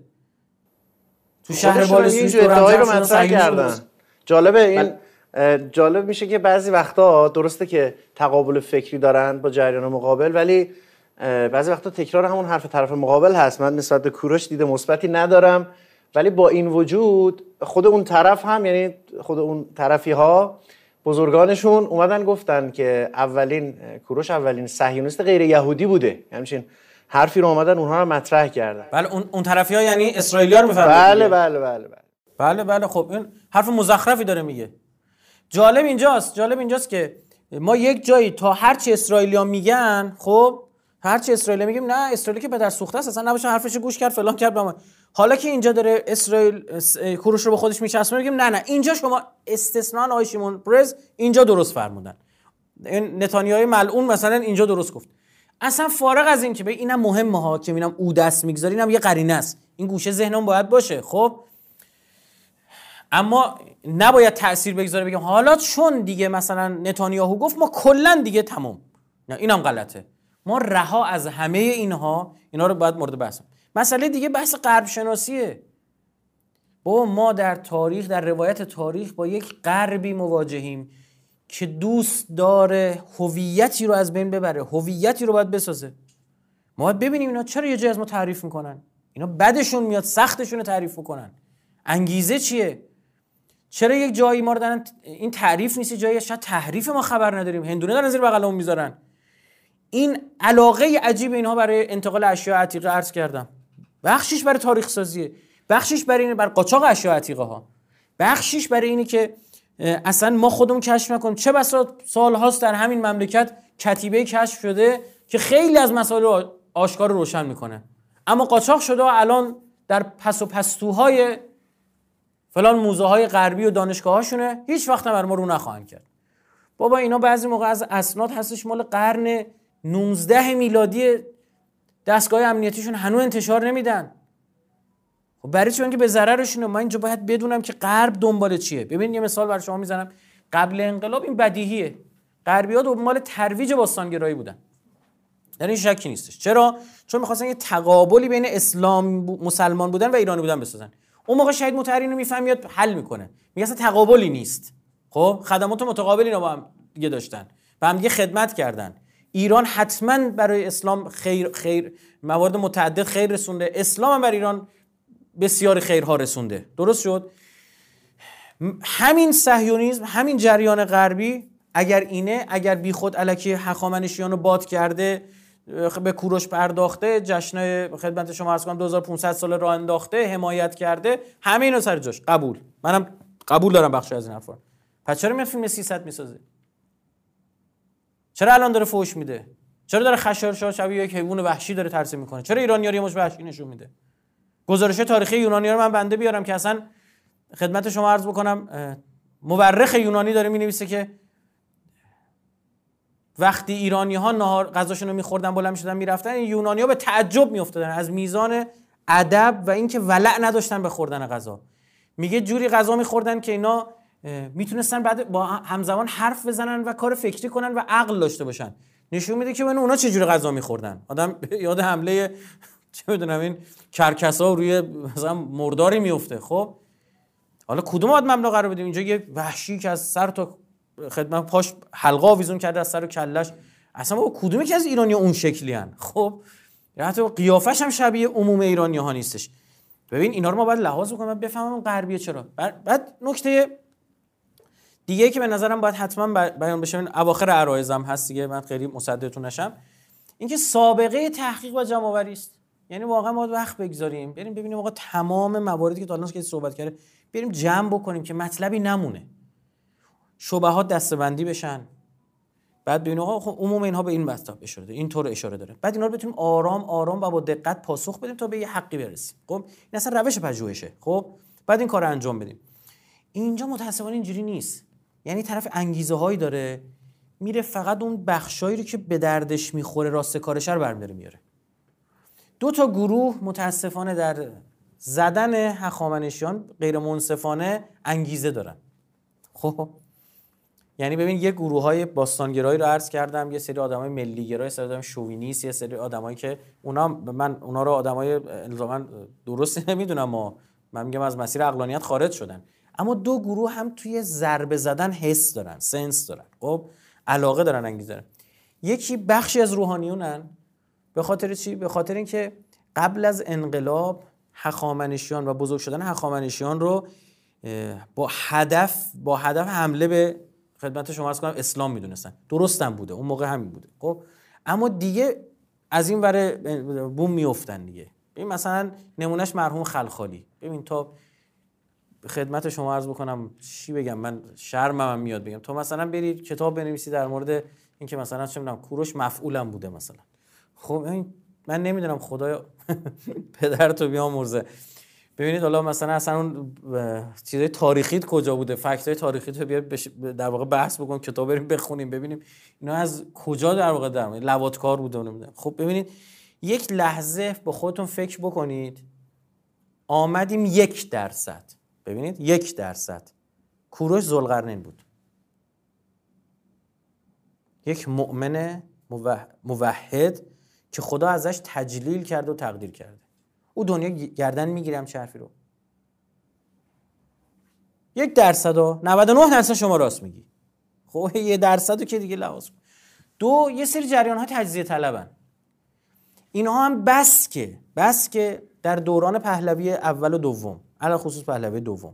[SPEAKER 2] تو شهر بالستیک
[SPEAKER 1] ادعایی رو مطرح کردن. جالبه این بل... جالب میشه که بعضی وقتا درسته که تقابل فکری دارن با جریان مقابل، ولی بعضی وقتا تکرار همون حرف طرف مقابل هست. من نسبت به کوروش دیده مثبتی ندارم، ولی با این وجود خود اون طرف هم، یعنی خود اون طرفی ها بزرگانشون اومدن گفتن که اولین کوروش اولین صهیونیست غیر یهودی بوده. همچین حرفی رو اومدن اونها رو مطرح کردن.
[SPEAKER 2] بله اون اون طرفی‌ها یعنی اسرائیلی‌ها رو می‌فهمن.
[SPEAKER 1] بله بله بله بله.
[SPEAKER 2] بله بله خب این حرف مزخرفی داره میگه. جالب اینجاست، جالب اینجاست که ما یک جایی تا هرچی اسرائیلی‌ها میگن، خب هرچی اسرائیل میگیم نه اسرائیل که پدر سوخته است، اصلا نباشه حرفش گوش کرد فلان کرد. با حالا که اینجا داره اسرائیل کوروش رو به خودش میچسبونه، میگیم نه نه اینجا شما استثناء آقای شیمون پرز اینجا درست فرمودن، این نتانیاهی ملعون مثلا اینجا درست گفت. اصلا فارغ از این که به اینم مهمه ها که میبینم او دست میگذاری، اینم یه قرینه است، این گوشه ذهنم باید باشه. خب اما نباید تأثیر بگذاره بگم حالا چون دیگه مثلا نتانیاهو گفت ما کلا دیگه تمام. نه اینم غلطه. ما رها از همه اینها اینا رو باید مورد بحث. مسئله دیگه بحث غرب شناسیه. بابا ما در تاریخ، در روایت تاریخ با یک غربی مواجهیم که دوست داره هویتی رو از بین ببره، هویتی رو باید بسازه. ما باید ببینیم اینا چرا یه جای از ما تعریف میکنن، اینا بدشون میاد سختشون رو تعریف میکنن، انگیزه چیه؟ چرا یک جایی ما رو دارن این تعریف نیست، جایی شاید تحریف ما خبر نداریم، هندونه دارن زیر بغلمون میذارن. این علاقه عجیب اینها برای انتقال اشیاء عتیقه عرض کردم، بخشش برای تاریخ سازیه، بخشش برای این بر قاچاق اشیاء عتیقه ها، بخشش برای اینی که اصلا ما خودمون کشف نکنیم. چه بسا سال هاست در همین مملکت کتیبه کشف شده که خیلی از مسائل آشکار روشن میکنه، اما قاچاق شده و الان در پس و پستوهای فلان موزه های غربی و دانشگاه هاشونه، هیچ وقت بر ما رو نخواهند کرد. بابا اینا بعضی موقع از اسناد هستش مال قرن نوزده میلادی، دستگاه امنیتیشون هنوز انتشار نمیدن. خب برای چون که به ضررشونه. من اینجا باید بدونم که غرب دنبال چیه. ببین یه مثال برای شما میزنم. قبل انقلاب این بدیهیه، غربی‌ها دنبال ترویج باستانگرایی بودن، در این شکی نیستش. چرا؟ چون می‌خواستن یه تقابلی بین اسلام ب... مسلمان بودن و ایرانی بودن بسازن. اون موقع شهید مطهری اینو میفهمید حل میکنه، میگه اصلا تقابلی نیست. خب خدمات متقابلی رو با هم دیگه داشتن، با هم دیگه خدمت کردن. ایران حتما برای اسلام خیر خیر موارد متعدد خیر رسونده، اسلام هم برای ایران بسیار خیرها رسونده. درست شد؟ همین صهیونیسم، همین جریان غربی اگر اینه، اگر بی خود الکی هخامنشیان رو باد کرده، به کوروش پرداخته، جشن خدمت شما عرض کنم دو هزار و پانصد سال راه انداخته، حمایت کرده، همه اینا سر جاش، قبول. منم قبول دارم بخش از این حرفا. پس چرا میاد فیلم سیصد میسازه؟ چرا الان داره فوش میده؟ چرا داره خشایارشا شبیه یک حیوان وحشی داره ترسیم میکنه؟ چرا ایرانی‌ها رو مش وحشی نشون میده؟ گزارش تاریخی یونانی‌ها رو من بنده بیارم که اصلا خدمت شما عرض بکنم مورخ یونانی داره می‌نویسه که وقتی ایرانی‌ها نهار غذاشون رو می‌خوردن بلند می‌شدن می‌رفتن، این یونانی‌ها به تعجب می‌افتادن از میزان ادب و اینکه ولع نداشتن به خوردن غذا. میگه جوری غذا می‌خوردن که اینا میتونستن بعد با همزمان حرف بزنن و کار فکری کنن و عقل داشته باشن. نشون میده که ببین اونا چه جوری غذا می‌خوردن. آدم یاد حمله چه می‌دونم این کرکس‌ها روی مثلا مرداری میفته. خب حالا کدوم باید مبنا قرار بدیم؟ اینجا یه وحشی که از سر تا خدمت پاش حلقه آویزون کرده از سر و کلش، اصلا با کدومی که از ایرانی‌ها اون شکلی ان؟ خب حتی قیافش هم شبیه عموم ایرانی‌ها نیستش. ببین اینا رو ما باید لحاظ بکنیم، باید بفهمم اون غربیه چرا. بعد نکته دیگه که به نظرم باید حتما بیان بشه، این اواخر عرایزم هست دیگه، من خیلی مصدقتون نشم، اینکه سابقه تحقیق و جمع‌آوری است. یعنی واقعا ما وقت بگذاریم بریم ببینیم آقا تمام مواردی که تا الان که صحبت کرده بریم جمع بکنیم که مطلبی نمونه، شبهات دسته‌بندی بشن، بعد ببینیم آقا خب عموم اینها به این مطلب اشاره داره، این طور اشاره داره، بعد اینا رو بتونیم آرام آرام و با دقت پاسخ بدیم تا به یه حقی برسیم. خب این اصلا روش پژوهشه. خب بعد این کارو انجام بدیم. اینجا متأسفانه اینجوری نیست. یعنی طرف انگیزه هایی داره میره فقط اون بخشایی رو که به دردش میخوره راست کارش رو برمی‌داره میاره. دو تا گروه متأسفانه در زدن هخامنشیان غیر منصفانه انگیزه دارن. خب یعنی ببین یه گروه‌های باستانگرایی رو عرض کردم، یه سری آدمای ملی‌گرا، یه سری آدم شوینیست، یه سری آدمایی که اونا من اونا رو آدمای الزاما درستی نمیدونم، ما من میگم از مسیر عقلانیت خارج شدن، اما دو گروه هم توی ضربه زدن حس دارن، سنس دارن، خب علاقه دارن، انگیزه دارن. یکی بخشی از روحانیونن. به خاطر چی؟ به خاطر اینکه قبل از انقلاب هخامنشیان و بزرگ شدن هخامنشیان رو با هدف با هدف حمله به خدمت شما عرض کنم اسلام میدونستن. درستم بوده، اون موقع همین بوده. خب اما دیگه از این ور بوم میافتن دیگه. ببین مثلا نمونهش مرحوم خلخالی. ببین تا خدمت شما عرض بکنم چی بگم، من شرمم میاد بگم، تو مثلا بری کتاب بنویسی در مورد اینکه مثلا چه میدونم کوروش مفعولم بوده مثلا. خب من نمیدونم خدایا پدرتو بیامرزه. ببینید حالا مثلا اصلا اون چیزای تاریخیت کجا بوده، فکتای تاریخی تو بیا در واقع بحث بکنیم، کتاب بریم بخونیم ببینیم اینا از کجا در واقع در لواطکار بوده نمیدونم. خب ببینید یک لحظه با خودتون فکر بکنید، آمدیم یک درصد، ببینید یک درصد کوروش ذوالقرنین بود، یک مؤمن موحد که خدا ازش تجلیل کرده و تقدیر کرده. او دنیا گردن میگیرم چه حرفی رو؟ یک درصد و نود و نه درصد شما راست میگی. خب یه درصد رو که دیگه لحاظ. دو، یه سری جریان ها تجزیه طلبن. اینها هم بس که بس که در دوران پهلوی اول و دوم، علاوه خصوص پهلوی دوم،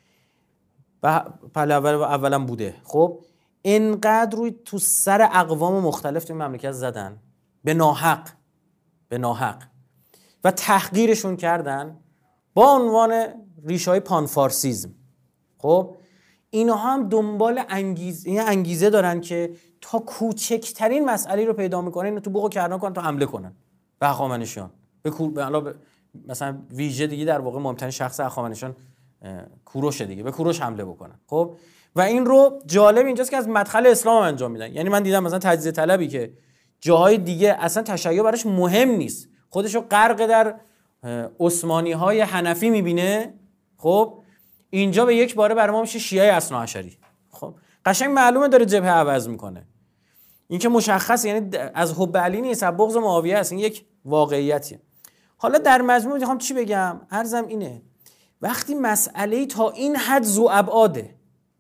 [SPEAKER 2] پهلوی اولم بوده، خب اینقدر روی تو سر اقوام مختلف تو مملکت زدن به ناحق به ناحق و تحقیرشون کردن با عنوان ریشه‌های پانفارسیزم. خب اینها هم دنبال انگیزه این انگیزه دارن که تا کوچکترین مسئله رو پیدا میکنن اینو تو بوق و کرنا کنن تا حمله کنن به هخامنشیان. به کور... مثلا ویژه دیگه در واقع مهمترین شخص هخامنشیان کوروش دیگه، به کوروش حمله بکنن. خب و این رو جالب اینجاست که از مدخل اسلام انجام میدن. یعنی من دیدم مثلا تجزیه طلبی که جاهای دیگه اصلا تشیع براش مهم نیست، خودشو غرق در عثمانی های حنفی میبینه، خب اینجا به یک باره برای ما میشه شیعه اثناعشری. خب قشنگ معلومه داره جبهه عوض میکنه. این که مشخص، یعنی از حب علی نیست، از بغض معاویه است. این یک واقعیتیه. حالا در مجموع میخوام چی بگم؟ عرضم اینه وقتی مسئله تا این حد ذو ابعاده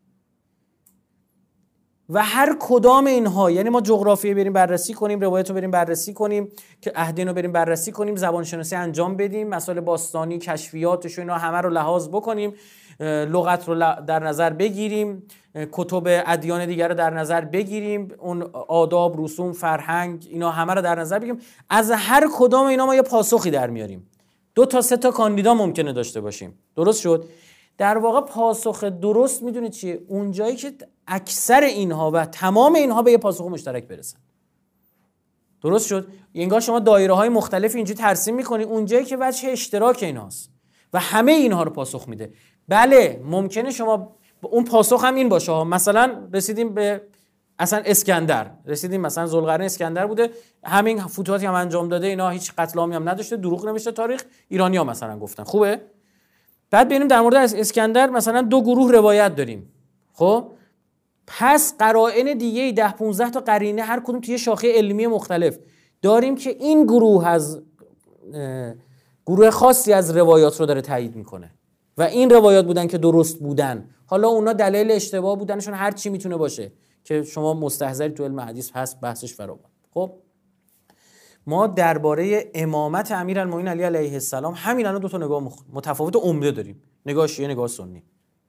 [SPEAKER 2] و هر کدام اینها، یعنی ما جغرافیه بریم بررسی کنیم، روایت رو بریم بررسی کنیم، که عهدین رو بریم بررسی کنیم، زبان شناسی انجام بدیم، مسائل باستانی، کشفیاتش و اینا همه رو لحاظ بکنیم، لغت رو در نظر بگیریم، کتب ادیان دیگر رو در نظر بگیریم، اون آداب، رسوم، فرهنگ، اینا همه رو در نظر بگیریم، از هر کدام اینا ما یه پاسخی در میاریم. دو تا سه تا کاندیدا ممکنه داشته باشیم. درست شد؟ در واقع پاسخ درست میدونید چیه؟ اون جایی که اکثر اینها و تمام اینها به یه پاسخ مشترک برسن. درست شد؟ انگار شما دایره‌های مختلف اینجوری ترسیم می‌کنی، اونجایی که وجه اشتراک ایناست و همه اینها رو پاسخ میده. بله ممکنه شما اون پاسخ هم این باشه، مثلا رسیدیم به اصلا اسکندر، رسیدیم مثلا ذوالقرنین اسکندر بوده، همین فتوحاتی هم انجام داده، اینا هیچ قتل عامی هم نداشته، دروغ نوشته تاریخ، ایرانی‌ها مثلا گفتن. خوبه؟ بعد ببینیم در مورد اسکندر مثلا دو گروه روایت داریم. خب پس قرائن دیگه ده پانزده تا قرینه هر کدوم توی شاخه علمی مختلف داریم که این گروه از گروه خاصی از روایات رو داره تایید میکنه و این روایات بودن که درست بودن. حالا اونا دلیل اشتباه بودنشون هر چی میتونه باشه که شما مستحضری تو علم حدیث هست، بحثش فراوان. خب ما درباره امامت امیرالمومنین علی علیه السلام همین الان دو تا نگاه متفاوت و عمده داریم، نگاه شیعه، نگاه سنی.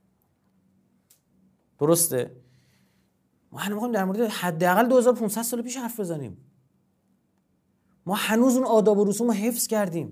[SPEAKER 2] درسته؟ ما هنوز می‌خوایم در مورد حداقل دو هزار و پانصد سال پیش حرف بزنیم. ما هنوز اون آداب و رسوم رو حفظ کردیم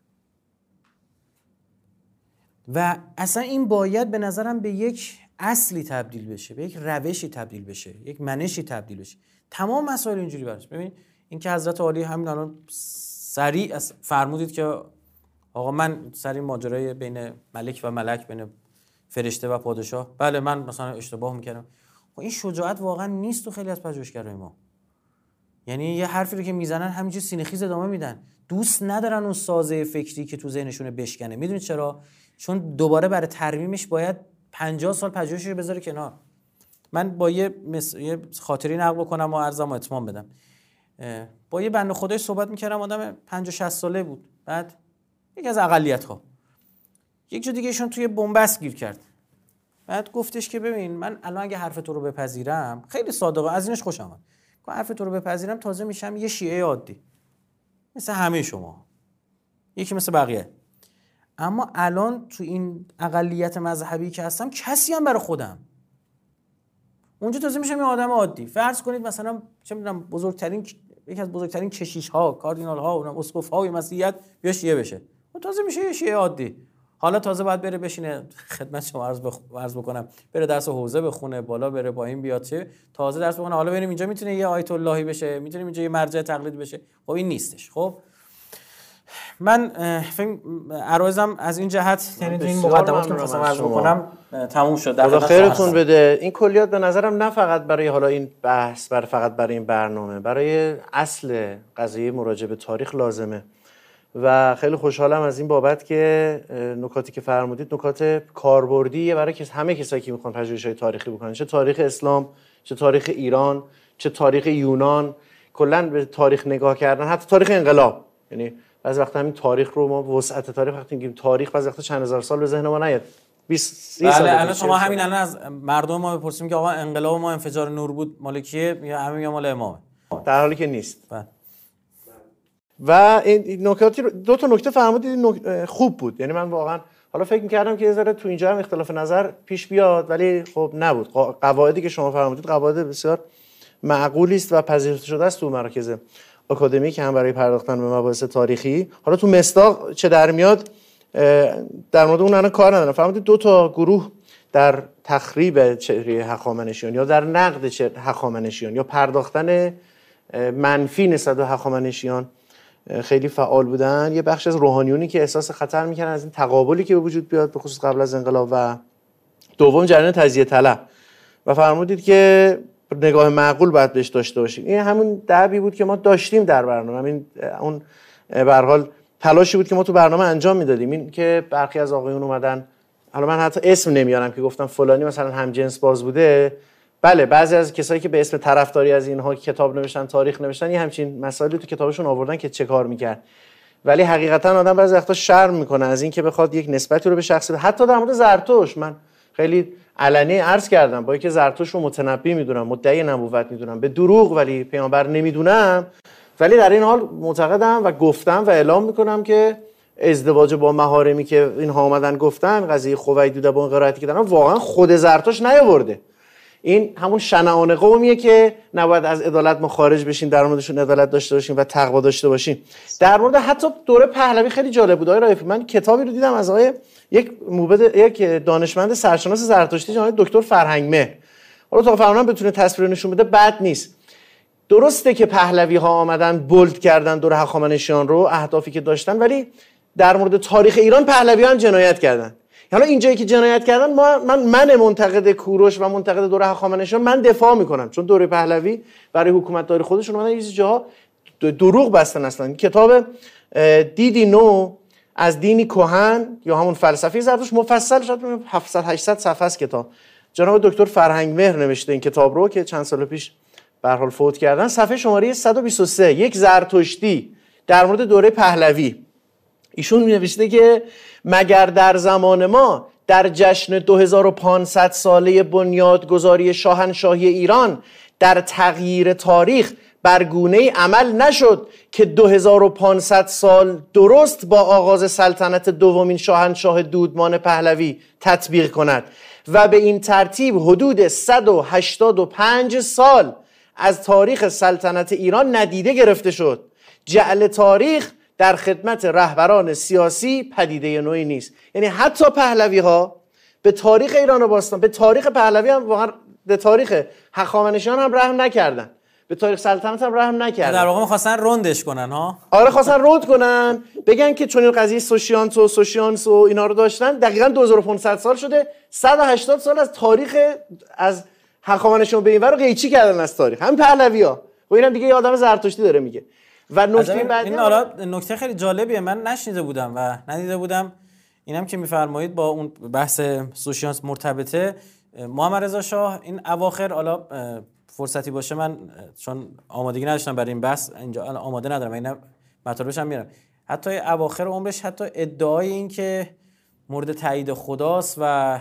[SPEAKER 2] و اصلا این باید به نظرم به یک اصلی تبدیل بشه، به یک روشی تبدیل بشه، یک منشی تبدیل بشه. تمام مسائل اینجوری براش. ببین این که حضرت عالی همین الان سریع فرمودید که آقا من سریع ماجرای بین ملک و ملک، بین فرشته و پادشاه، بله من مثلا اشتباه میکردم. این شجاعت واقعا نیست تو خیلی از پژوهشگرای ما. یعنی یه حرفی رو که میزنن همینجوری سینه‌خیز ادامه میدن، دوست ندارن اون سازه فکری که تو ذهنشونه بشکنه. میدونید چرا؟ چون دوباره برای ترمیمش باید پنجاه سال پژوهشش رو بذاره کنار. من با یه, مس... یه خاطری نقل بکنم و عرضم و اتمام بدم. با یه بنده خدای صحبت میکردم، آدم پنجاه شصت ساله بود، بعد یکی از اقلیت‌ها یک جا دیگه ایشون توی بنبست گیر کرد، بعد گفتش که ببین من الان اگه حرف تو رو بپذیرم، خیلی صادقه، از اینش خوشم اومد، که حرف تو رو بپذیرم تازه میشم یه شیعه عادی مثل همه شما، یکی مثل بقیه. اما الان تو این اقلیت مذهبی که هستم کسی هم برای خودم، اونجا تازه میشم یه آدم عادی. فرض کنید مثلا چه میدونم بزرگترین یکی از بزرگترین کشیش ها، کاردینال ها، اونم اسقف های مسیحیت بیا شیعه بشه، و تازه میشه یه شیعه عادی. حالا تازه باید بره بشینه خدمت شما عرض بخ... عرض بکنم بره درس حوزه بخونه، بالا بره پایین بیاد، چه تازه درس بخونه، حالا بریم اینجا میتونه یه آیت اللهی بشه، میتونیم اینجا یه مرجع تقلید بشه. خب این نیستش. خب من فکر عرایزم از این جهت، یعنی تو این مقدمات که می‌خواستم عرض بکنم تموم شد.
[SPEAKER 1] خدا خیرتون بده. این کلیات به نظرم نه فقط برای حالا این بحث، برای فقط برای این برنامه، برای اصل قضیه مراجعه به تاریخ لازمه و خیلی خوشحالم از این بابت که نکاتی که فرمودید نکات کاربردیه برای که همه کسایی که میخوان پژوهش‌های تاریخی بکنن، چه تاریخ اسلام، چه تاریخ ایران، چه تاریخ یونان، کلا به تاریخ نگاه کردن، حتی تاریخ انقلاب. یعنی بعضی وقت همین تاریخ رو ما وسعت تاریخ وقتی میگیم تاریخ بعضی وقت چند هزار سال به ذهن ما نیاد، بیست سی سال.
[SPEAKER 2] بله الان شما همین الان از مردم ما بپرسیم که آقا انقلاب ما انفجار نور بود مال کیه، یا همین یا مال امامه،
[SPEAKER 1] در حالی که نیست.
[SPEAKER 2] بله.
[SPEAKER 1] و این نکاتی دو تا نکته فرمودید نک... خوب بود. یعنی من واقعا حالا فکر می‌کردم که یه ذره تو اینجا هم اختلاف نظر پیش بیاد، ولی خب نبود. قواعدی که شما فرمودید قواعد بسیار معقولی است و پذیرفته شده است تو مراکز آکادمیک هم برای پرداختن به مباحث تاریخی. حالا تو مصداق چه در میاد در مورد اون الان کار ندارم. فرمودید دو تا گروه در تخریب چهره هخامنشیان یا در نقد چهره هخامنشیان یا پرداختن منفی نسبت به هخامنشیان خیلی فعال بودن. یه بخش از روحانیونی که احساس خطر میکنن از این تقابلی که به وجود بیاد به خصوص قبل از انقلاب، و دوم جریان تجزیه طلب. و فرمودید که نگاه معقول باید بهش داشته باشیم. این همون دعوی بود که ما داشتیم در برنامه، همین اون به هر حال تلاشی بود که ما تو برنامه انجام میدادیم. این که برخی از آقایون اومدن، حالا من حتی اسم نمیارم، که گفتم فلانی مثلا همجنس باز بوده. بله بعضی از کسایی که به اسم طرفداری از اینها کتاب نوشتن، تاریخ نوشتن، این همچین مسائلی تو کتابشون آوردن که چه کار میکرد. ولی حقیقتا آدم بعضی وقتا شرم میکنه از این که بخواد یک نسبتی رو به شخصی، حتی در مورد زرتشت من خیلی علنی عرض کردم، با اینکه زرتشت رو متنبی میدونم، مدعی نبوت میدونم، به دروغ ولی پیامبر نمیدونم، ولی در این حال معتقدم و گفتم و اعلام میکنم که ازدواج با محارمی که اینها اومدن گفتن، قضیه خویدوده با این قرائتی که دارن، واقعا خود زرتشت نیاورده. این همون شنعان قومیه که نباید از عدالت ما خارج بشیم، در موردشون عدالت داشته باشیم و تقوا داشته باشیم. در مورد حتی دوره پهلوی خیلی جالب بود. آقای رایفی، من کتابی رو دیدم از آقای یک موبد یک دانشمند سرشناس زرتشتی جناب دکتر فرهنگ مهر. حالا تا فرمانم بتونه تصویر نشون بده بد نیست. درسته که پهلوی ها آمدن بولد کردن دور هخامنشیان رو، اهدافی که داشتن، ولی در مورد تاریخ ایران پهلوی ها هم جنایت کردن. حالا اینجایی که جنایت کردن، ما من من منتقد کوروش و منتقد دوره هخامنشیان من دفاع میکنم، چون دوره پهلوی برای حکومت داری خودشون اومدن یه جاها دروغ بستن. اصلا کتاب دیدی نو از دینی کهن یا همون فلسفه زرتشت مفصل شد، هفتصد هشتصد صفحه است کتاب. جناب دکتر فرهنگ مهر نوشته این کتاب رو که چند سال پیش به هر حال فوت کردن. صفحه شماره صد و بیست و سه، یک زرتشتی در مورد دوره پهلوی. ایشون نوشته که مگر در زمان ما در جشن دو هزار و پانصد ساله بنیادگذاری شاهنشاهی ایران در تغییر تاریخ بر گونه‌ای عمل نشد که دو هزار و پانصد سال درست با آغاز سلطنت دومین شاهنشاه دودمان پهلوی تطبیق کند و به این ترتیب حدود صد و هشتاد و پنج سال از تاریخ سلطنت ایران ندیده گرفته شد. جعل تاریخ در خدمت رهبران سیاسی پدیده نوعی نیست. یعنی حتی پهلوی ها به تاریخ ایران و باستان، به تاریخ پهلوی هم واقعا، به تاریخ هخامنشیان هم رحم نکردن، به تاریخ سلطنت هم رحم نکردن. در
[SPEAKER 2] واقع می‌خواستن روندش کنن ها.
[SPEAKER 1] آره خواستن روند کنن، بگن که چون این قضیه سوشیانس و سوشیانس و اینا رو داشتن، دقیقاً دو هزار و پانصد سال شده، صد و هشتاد سال از تاریخ از هخامنشیان به اینور رو قیچی کردن از تاریخ. همین پهلوی‌ها. و اینم دیگه یه آدم زرتشتی داره میگه. و نکته بعدی، این
[SPEAKER 2] حالا نکته خیلی جالبیه، من نشنیده بودم و ندیده بودم، اینم که میفرمایید با اون بحث سوشیانس مرتبطه. محمد رضا شاه این اواخر، حالا فرصتی باشه من چون آمادگی نداشتم برای این بحث اینجا آماده ندارم، اینا مطالبش هم میارم، حتی اواخر عمرش حتی ادعای این که مورد تایید خداست و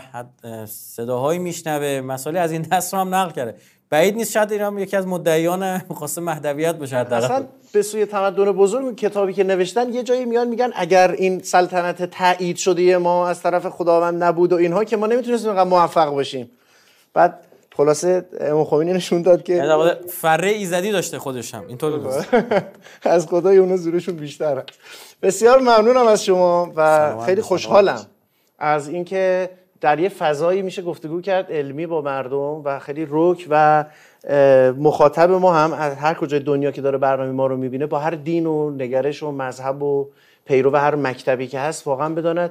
[SPEAKER 2] صداهایی میشنوه، مسائل از این دست رو هم نقل کرده. بعید نیست شاید ایران یکی از مدعیان می‌خواسته مهدویت بشه.
[SPEAKER 1] اصلا به سوی تمدن بزرگ کتابی که نوشتن یه جایی میان میگن اگر این سلطنت تایید شده ما از طرف خداوند نبود و اینها که ما نمیتونستیم اینقدر موفق باشیم. بعد خلاصه امام خمینی نشون داد که
[SPEAKER 2] فره ایزدی داشته خودش هم اینطور بود.
[SPEAKER 1] از خدای اون زورشون بیشتره. بسیار ممنونم از شما و خیلی خوشحالم از اینکه در یه فضایی میشه گفتگو کرد علمی با مردم و خیلی رک و مخاطب ما هم از هر کجای دنیا که داره برنامه ما رو میبینه با هر دین و نگرش و مذهب و پیرو و هر مکتبی که هست واقعا بداند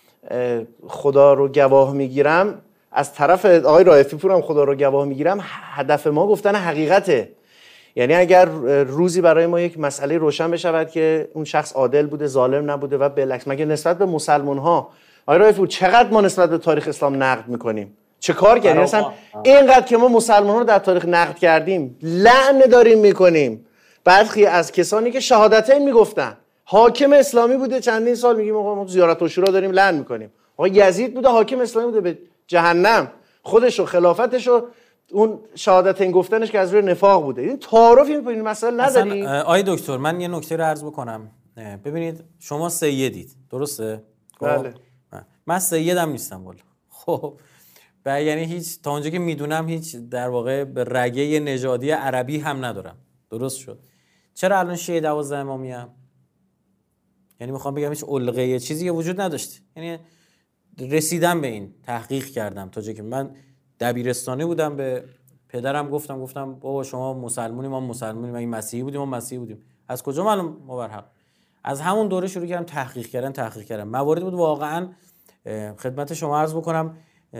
[SPEAKER 1] خدا رو گواه میگیرم، از طرف آقای رائفی پور هم خدا رو گواه میگیرم، هدف ما گفتن حقیقته. یعنی اگر روزی برای ما یک مسئله روشن بشود که اون شخص عادل بوده، ظالم نبوده و بالعکس، مگه نسبت به مسلمان ها آقای رائفی پور چقدر ما نسبت به تاریخ اسلام نقد میکنیم؟ چه کار کردیم؟ مثلا اینقدر که ما مسلمان رو در تاریخ نقد کردیم، لعن داریم میکنیم برخی از کسانی که شهادتین میگفتن، حاکم اسلامی بوده چندین سال میگیم آقا ما زیارت عاشورا داریم لعن میکنیم. آقا یزید بوده حاکم اسلامی بوده به جهنم، خودش و خلافتش و اون شهادتین گفتنش که از روی نفاق بوده. این تعارفی این مسئله نداریم.
[SPEAKER 2] آقای دکتر من یه نکته رو عرض بکنم. ببینید شما سیدید، درسته؟
[SPEAKER 1] بله.
[SPEAKER 2] من سیدم نیستم والا. خب و یعنی هیچ تا اونجا که میدونم هیچ در واقع به رگه نژادی عربی هم ندارم. درست شد. چرا الان شیعه دوازده امامی ام؟ یعنی میخوام بگم هیچ علقه چیزی وجود نداشت. یعنی رسیدم به این، تحقیق کردم تا جایی که من دبیرستانی بودم به پدرم گفتم گفتم بابا شما مسلمونی ما مسلمونیم، این مسیحی بودیم ما مسیحی بودیم، از کجا معلوم ما بر حق؟ از همون دوره شروع کردم تحقیق کردن تحقیق کردم مواردی بود واقعا خدمت شما عرض بکنم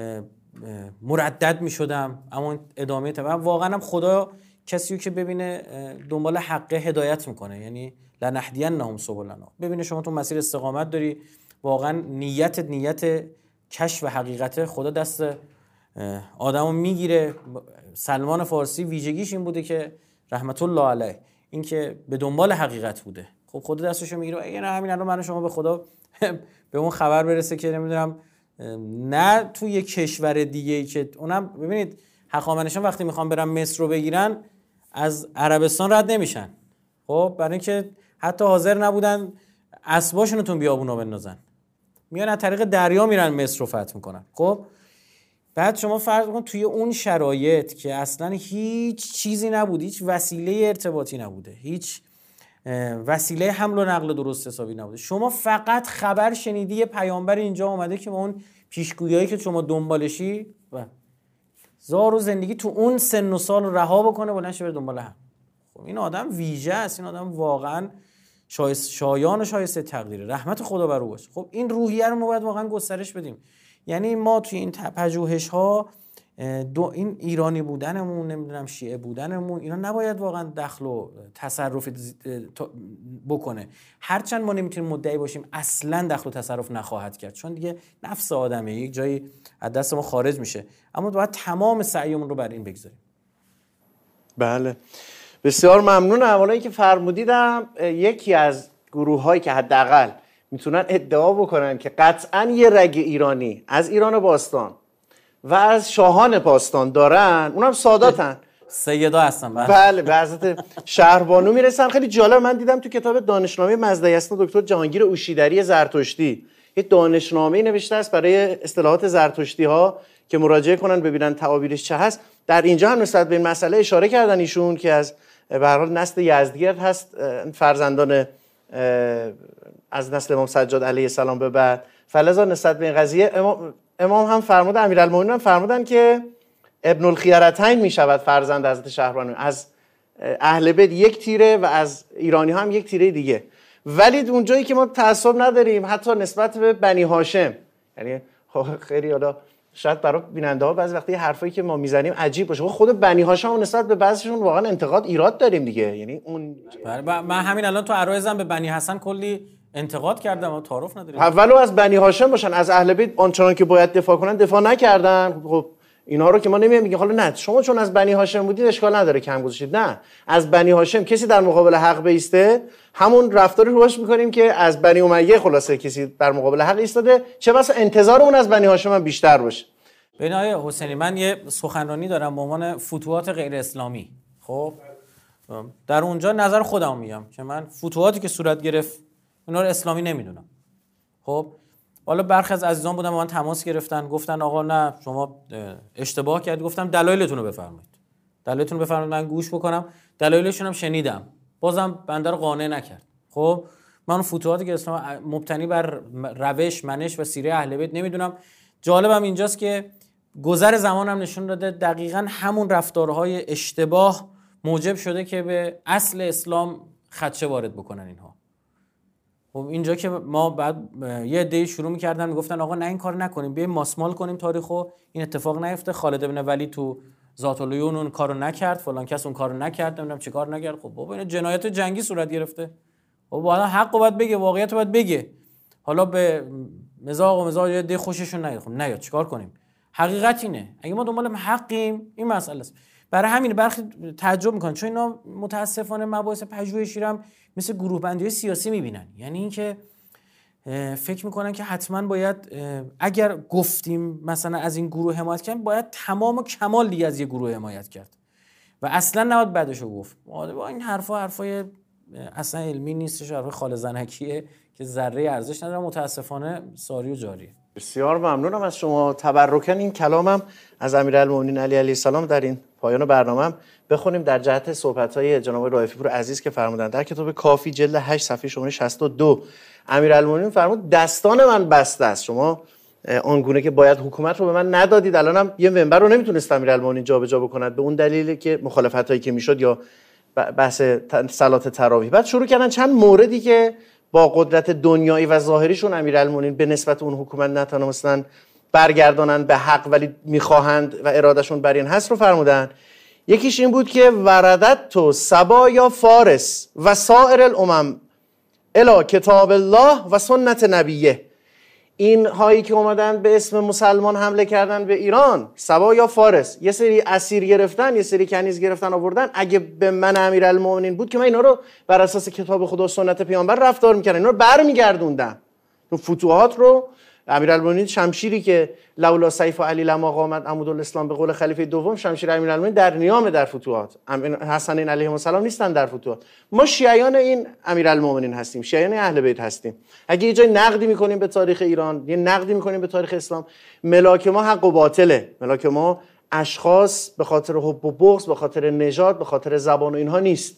[SPEAKER 2] مردد میشدم، اما ادامه تمام واقعا هم خدا کسی که ببینه دنبال حق هدایت میکنه، یعنی لنهدینهم سبلنا، ببینه شما تو مسیر استقامت داری، واقعا نیت نیت کشف حقیقت خدا دست آدمو میگیره. سلمان فارسی ویژگیش این بوده که رحمت الله علیه، این که به دنبال حقیقت بوده. خب خدا دستشو میگیره. یعنی همین الان من شما به خدا به اون خبر برسه که نمیدونم نه توی یه کشور دیگه ای که اونم ببینید هخامنشیان وقتی میخوان برن مصر رو بگیرن از عربستان رد نمیشن، خب برای اینکه حتی حاضر نبودن اسباشون رو تو بیابونا بندازن، میان از طریق دریا میرن مصر رو فتح میکنن. خب بعد شما فرض کن توی اون شرایط که اصلا هیچ چیزی نبود، هیچ وسیله ارتباطی نبوده، هیچ وسیله حمل و نقل درست حسابی نبوده، شما فقط خبر شنیدی یه پیامبر اینجا اومده که با اون پیشگوییایی که شما دنبالشی و زار و زندگی تو اون سن و سال رها بکنه بلند شه بره دنبال هم. خب این آدم ویژه است، این آدم واقعا شایست شایان و شایسته تقدیره، رحمت خدا بر او باشه. خب این روحیه رو ما باید واقعا گسترش بدیم. یعنی ما توی این پژوهش‌ها دو این ایرانی بودنمون، نمیدونم شیعه بودنمون، اینا نباید واقعا دخل و تصرف بکنه. هرچند ما نمیتونیم مدعی باشیم اصلا دخل و تصرف نخواهد کرد، چون دیگه نفس آدمه، یک جایی از دست ما خارج میشه، اما باید تمام سعیمون رو بر این بگذاریم.
[SPEAKER 1] بله بسیار ممنونم. اولا که فرمودیدم یکی از گروه‌هایی که حداقل میتونن ادعا بکنن که قطعاً یه رگ ایرانی از ایران باستان و از شاهان باستان دارن، اونم ساداتن،
[SPEAKER 2] سیدا هستن.
[SPEAKER 1] بله به حضرت شهربانو میرسن. خیلی جالب، من دیدم تو کتاب دانشنامه مزدیسن دکتر جهانگیر اوشیدری زرتشتی یه دانشنامه‌ای نوشته است برای اصطلاحات زرتشتی ها که مراجعه کنن ببینن تعابیرش چه هست. در اینجا هم نسبت به این مسئله اشاره کردن ایشون که از به هر حال نسل یزدگرد هست، فرزندان از نسل امام سجاد علیه السلام به بعد، فلذا نسبت به این قضیه امام, امام هم فرمودن، امیرالمومنین هم فرمودن که ابن الخیرتین می شود فرزند حضرت شهربانو، از اهل بیت یک تیره و از ایرانی ها هم یک تیره دیگه. ولی اونجایی که ما تعصب نداریم حتی نسبت به بنی هاشم، یعنی خیلی حالا شاید برای بیننده ها بعضی وقتی حرفایی که ما میزنیم عجیب باشه، خود بنی هاشم نسبت به بعضیشون واقعا انتقاد ایراد داریم دیگه. یعنی اون
[SPEAKER 2] من همین الان تو عرایزم به بنی حسن کلی انتقاد کردم و تعارف نداریم.
[SPEAKER 1] اولو از بنی هاشم باشن، از اهل بیت آنچنان که باید دفاع کنن دفاع نکردن. خب اینا رو که ما نمیگیم میگیم حالا نه شما چون از بنی هاشم بودید اشکال نداره کم گذاشتید، نه، از بنی هاشم کسی در مقابل حق بیسته همون رفتاری رو باش میکنیم که از بنی امیه خلاصه کسی در مقابل حق ایستاده، چه بسا انتظارمون از بنی هاشم هم بیشتر باشه.
[SPEAKER 2] ببین آقای حسینی، من یه سخنرانی دارم به عنوان فتوحات غیر اسلامی. خب در اونجا نظر خودم میگم که من فتوحاتی که صورت گرفت اونا رو اسلامی نمیدونم. خب حالا برخی از عزیزان بودن با من تماس گرفتن، گفتن آقا نه شما اشتباه کردید. گفتم دلایلتون رو بفرمایید، دلایلتون رو بفرمایید من گوش بکنم. دلایلشون هم شنیدم، بازم بنده رو قانع نکرد. خب من اون فتوحاتی که اسلام مبتنی بر روش، منش و سیره اهل بیت نمیدونم. جالبم اینجاست که گذر زمانم نشون داده دقیقاً همون رفتارهای اشتباه موجب شده که به اصل اسلام خدشه وارد بکنن اینها. خب اینجا که ما بعد یه عده شروع می‌کردن میگفتن آقا نه این کار نکنیم، بیایم ماسمال کنیم تاریخو، این اتفاق نیفته، خالد بن ولید تو ذات العیون اون کارو نکرد، فلان کس اون کارو نکرد، نمیدونم چیکار نکرد. خب بابا این جنایت جنگی صورت گرفته، خب حالا حقو باید بگه، واقعیتو باید بگه. حالا به مزاق و مزاج یه عده خوششون نیاد، خب نیاد چیکار کنیم؟ حقیقت اینه، اگه ما دنبال حقیم این مسئله است. برای همین برخی تعجب میکنن چون اینا متاسفانه مباحث پژوهشی رو هم مثل گروه بندی سیاسی میبینن. یعنی اینکه فکر میکنن که حتما باید اگر گفتیم مثلا از این گروه حمایت کنیم باید تمام و کمال دیگه از یه گروه حمایت کرد و اصلا نباید بعدشو گفت. با این حرفا حرفای اصلا علمی نیستش، حرفای خال زنکیه که ذره ارزش نداره. متاسفانه ساری و جاریه.
[SPEAKER 1] بسیار ممنونم از شما. تبرکاً این کلامم از امیرالمومنین علی علیه السلام در این پایان برنامه‌ام بخونیم در جهت صحبت‌های جناب رائفی پور عزیز که فرمودند در کتاب کافی جلد هشت صفحه شماره شصت و دو امیرالمومنین فرمود دستان من بسته است، شما آنگونه که باید حکومت رو به من ندادید. الانم یه منبر رو نمیتونست امیرالمومنین جابجا بکند به اون دلیلی که مخالفتایی که میشد یا بحث صلات تراویح. بعد شروع کردن چند موردی که با قدرت دنیایی و ظاهریشون امیرالمومنین به نسبت اون حکومت نتونستن برگردانن به حق ولی میخواهند و ارادهشون بر این هست رو فرمودن. یکیش این بود که وردت تو سبا یا فارس و سایر الامم الی کتاب الله و سنت نبیه. این هایی که اومدن به اسم مسلمان حمله کردن به ایران، سبا یا فارس، یه سری اسیر گرفتن، یه سری کنیز گرفتن آوردن، اگه به من امیرالمومنین بود که من اینا رو بر اساس کتاب خدا و سنت پیامبر رفتار میکردم، اینا رو برمیگردوندم. اون فتوحات رو امیرالمومنین شمشیری که لولا سیف علی لما قامت عمود الاسلام به قول خلیفه دوم، شمشیر امیرالمومنین در نیام در فتوحات. حسنین علیهم السلام نیستن در فتوحات. ما شیعیان این امیرالمومنین هستیم، شیعیان اهل بیت هستیم. اگه یه جای نقدی میکنیم به تاریخ ایران، یه نقدی میکنیم به تاریخ اسلام، ملاک ما حق و باطله. ملاک ما اشخاص به خاطر حب و بغض، به خاطر نژاد، به خاطر زبان و اینها نیست.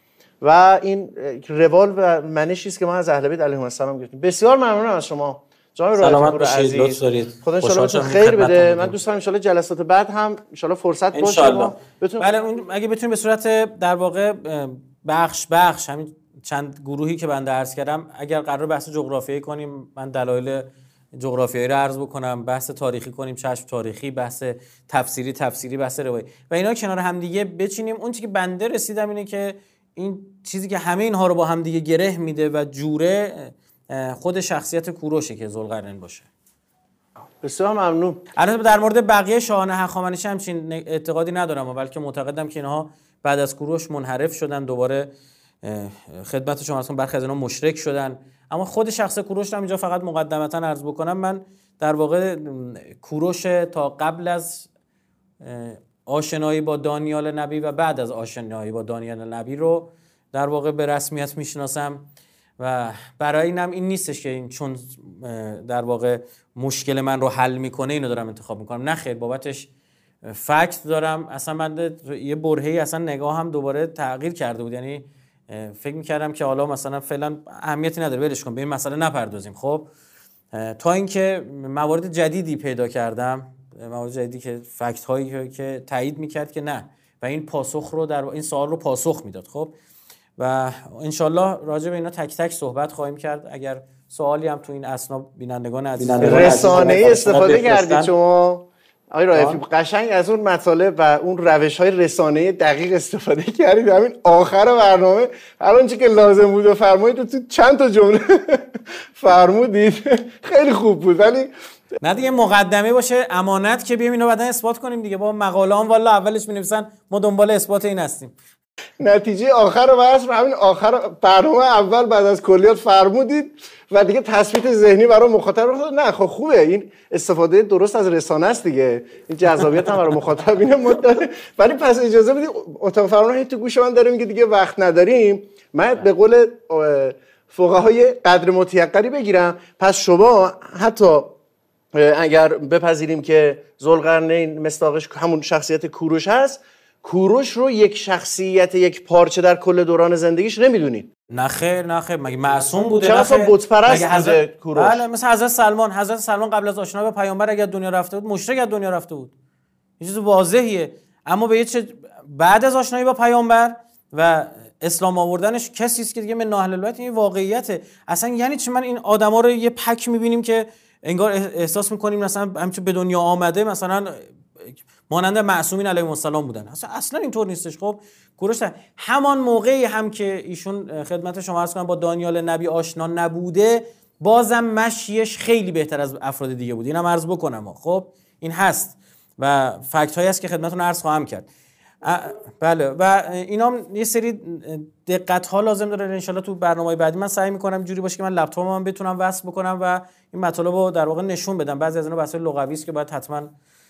[SPEAKER 1] و این روال و منشی است که ما از اهل بیت علیهم السلام گرفتیم. بسیار ممنونم از شما
[SPEAKER 2] سلامت باشید، لطف دارید.
[SPEAKER 1] خدا ان شاء الله خیر بده. من دوست دارم ان شاء الله جلسات بعد هم ان شاء الله فرصت باشه ما
[SPEAKER 2] بتون... بله اون اگه بتونیم به صورت در واقع بخش بخش همین چند گروهی که بنده عرض کردم، اگر قرار بحث جغرافیایی کنیم من دلایل جغرافیایی رو عرض بکنم، بحث تاریخی کنیم چشم تاریخی، بحث تفسیری تفسیری، بحث روایی و اینا کنار هم دیگه بچینیم. اون چیزی که بنده رسیدم اینه که این چیزی که همه اینها رو با هم دیگه گره میده و جوره خود شخصیت کوروشه که ذوالقرنین باشه.
[SPEAKER 1] بسیار ممنون.
[SPEAKER 2] البته در مورد بقیه شاهان هخامنشی همچین اعتقادی ندارم، بلکه معتقدم که اینها بعد از کوروش منحرف شدن، دوباره خدمت شما هستم برخی از اینا مشرک شدن. اما خود شخص کوروش رو اینجا فقط مقدمتا عرض بکنم. من در واقع کوروش تا قبل از آشنایی با دانیال نبی و بعد از آشنایی با دانیال نبی رو در واقع به رسمیت میشناسم و برای اینم این نیستش که این چون در واقع مشکل من رو حل میکنه اینو دارم انتخاب میکنم، نه خیر، بابتش فکت دارم. اصلا من یه برهه‌ای اصلا نگاه هم دوباره تغییر کرده بود، یعنی فکر میکردم که حالا مثلا فعلا اهمیتی نداره ولش کن به این مسئله نپردازیم. خب تا اینکه موارد جدیدی پیدا کردم، موارد جدیدی که فکت هایی که تایید میکرد که نه و این پاسخ رو در این سوال رو پاسخ میداد. خب و انشالله راجع به اینا تک تک صحبت خواهیم کرد. اگر سوالی هم تو این اسنا بینندگان عزیز
[SPEAKER 1] رسانه‌ای استفاده کردید شما آقای رائفی، قشنگ از اون مطالب و اون روش‌های رسانه‌ای دقیق استفاده کردید. همین آخر برنامه هر آنچه که لازم بود و فرمایید تو چند تا جمله فرمودید، خیلی خوب بود. ولی
[SPEAKER 2] نه دیگه مقدمه باشه امانت که بیایم اینو بعدن اثبات کنیم دیگه. با مقاله هم والا اولش می‌نویسن ما دنبال اثبات این هستیم.
[SPEAKER 1] نتیجه آخر بحث همین آخر برنامه اول بعد از کلیات فرمودید و دیگه تثبیت ذهنی برای مخاطب رو نه خب خوبه، این استفاده درست از رسانه است دیگه، این جذابیت هم برای مخاطب اینه مداره. ولی پس اجازه بدید اتاق فرمان تو گوش من داره میگه دیگه وقت نداریم، من به قول فقهای قدر متیقنی بگیرم. پس شما حتی اگر بپذیریم که ذوالقرنین مصداقش همون شخصیت کوروش هست، کوروش رو یک شخصیت یک پارچه در کل دوران زندگیش نمیدونید؟
[SPEAKER 2] نه خیر نه خیر، مگه معصوم بوده؟
[SPEAKER 1] چرا اصلا بت پرست بوده کوروش؟
[SPEAKER 2] بله مثل حضرت سلمان. حضرت سلمان قبل از آشنایی با پیامبر اگر دنیا رفته بود مشرک از دنیا رفته بود، یه چیز واضحیه. اما به یه چه بعد از آشنایی با پیامبر و اسلام آوردنش کسی است که دیگه من اهل البیت، این واقعیته. اصلا یعنی چی من این آدما رو یه پک می‌بینیم که انگار احساس می‌کنیم مثلا همچون به دنیا آمده مثلا مانند معصومین علیهم السلام بودن. اصلا اصلا اینطور نیستش. خب کوروش همان موقعی هم که ایشون خدمت شما عرض کنم با دانیال نبی آشنا نبوده، بازم مشیش خیلی بهتر از افراد دیگه بود. اینم عرض بکنم. خب این هست و فکت هایی هست که خدمتتون عرض خواهم کرد. بله و اینا یه سری دقت ها لازم داره. ان شاءالله تو برنامه‌های بعدی من سعی می‌کنم جوری باشه که من لپتاپم بتونم وصل بکنم و این مطالب رو در واقع نشون بدم. بعضی از اینا بحث لغوی است که باید حتما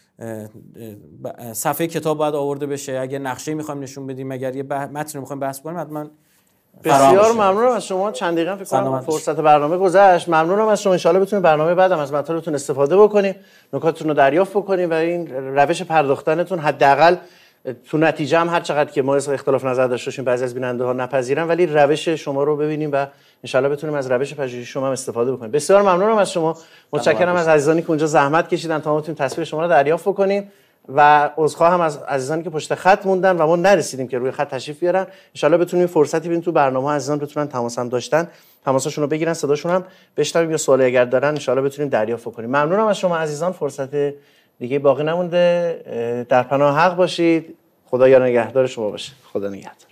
[SPEAKER 2] صفحه کتاب باید آورده بشه. اگه نقشه می‌خوایم نشون بدیم، اگر یه متن رو می‌خوایم بحث کنیم، حتما.
[SPEAKER 1] بسیار ممنونم از شما. چند دقیقه فکر کنم فرصت برنامه گذشت. ممنونم از شما. ان شاءالله بتونیم برنامه بعدم از مطالبتون استفاده بکنیم، نکاتتون رو دریافت بکنیم و این روش پرداختنتون حداقل تو نتیجه هم هر چقدر که ما اختلاف نظر داشته باشیم بعضی از بیننده‌ها نپذیرن، ولی روش شما رو ببینیم و ان شاءالله بتونیم از روش پژوهشی شما هم استفاده بکنیم. بسیار ممنونم از شما. متشکرم از عزیزانی که اونجا زحمت کشیدن تا ما بتونیم تصویر شما رو دریافت بکنیم و عذرخواهم از عزیزانی که پشت خط موندن و ما نرسیدیم که روی خط تشریف بیارن. ان شاءالله بتونیم فرصتی بدیم تو برنامه عزیزان بتونن تماس هم داشتن تماسشون رو بگیرن، صداشون هم بشنویم یا سوالی اگر دارن ان شاءالله بتونیم دریافت کنیم. ممنونم از شما عزیزان. فرصت دیگه باقی نمونده. در پناه حق باشید. خدا یار نگهدار شما باشه. خدا نگهدار.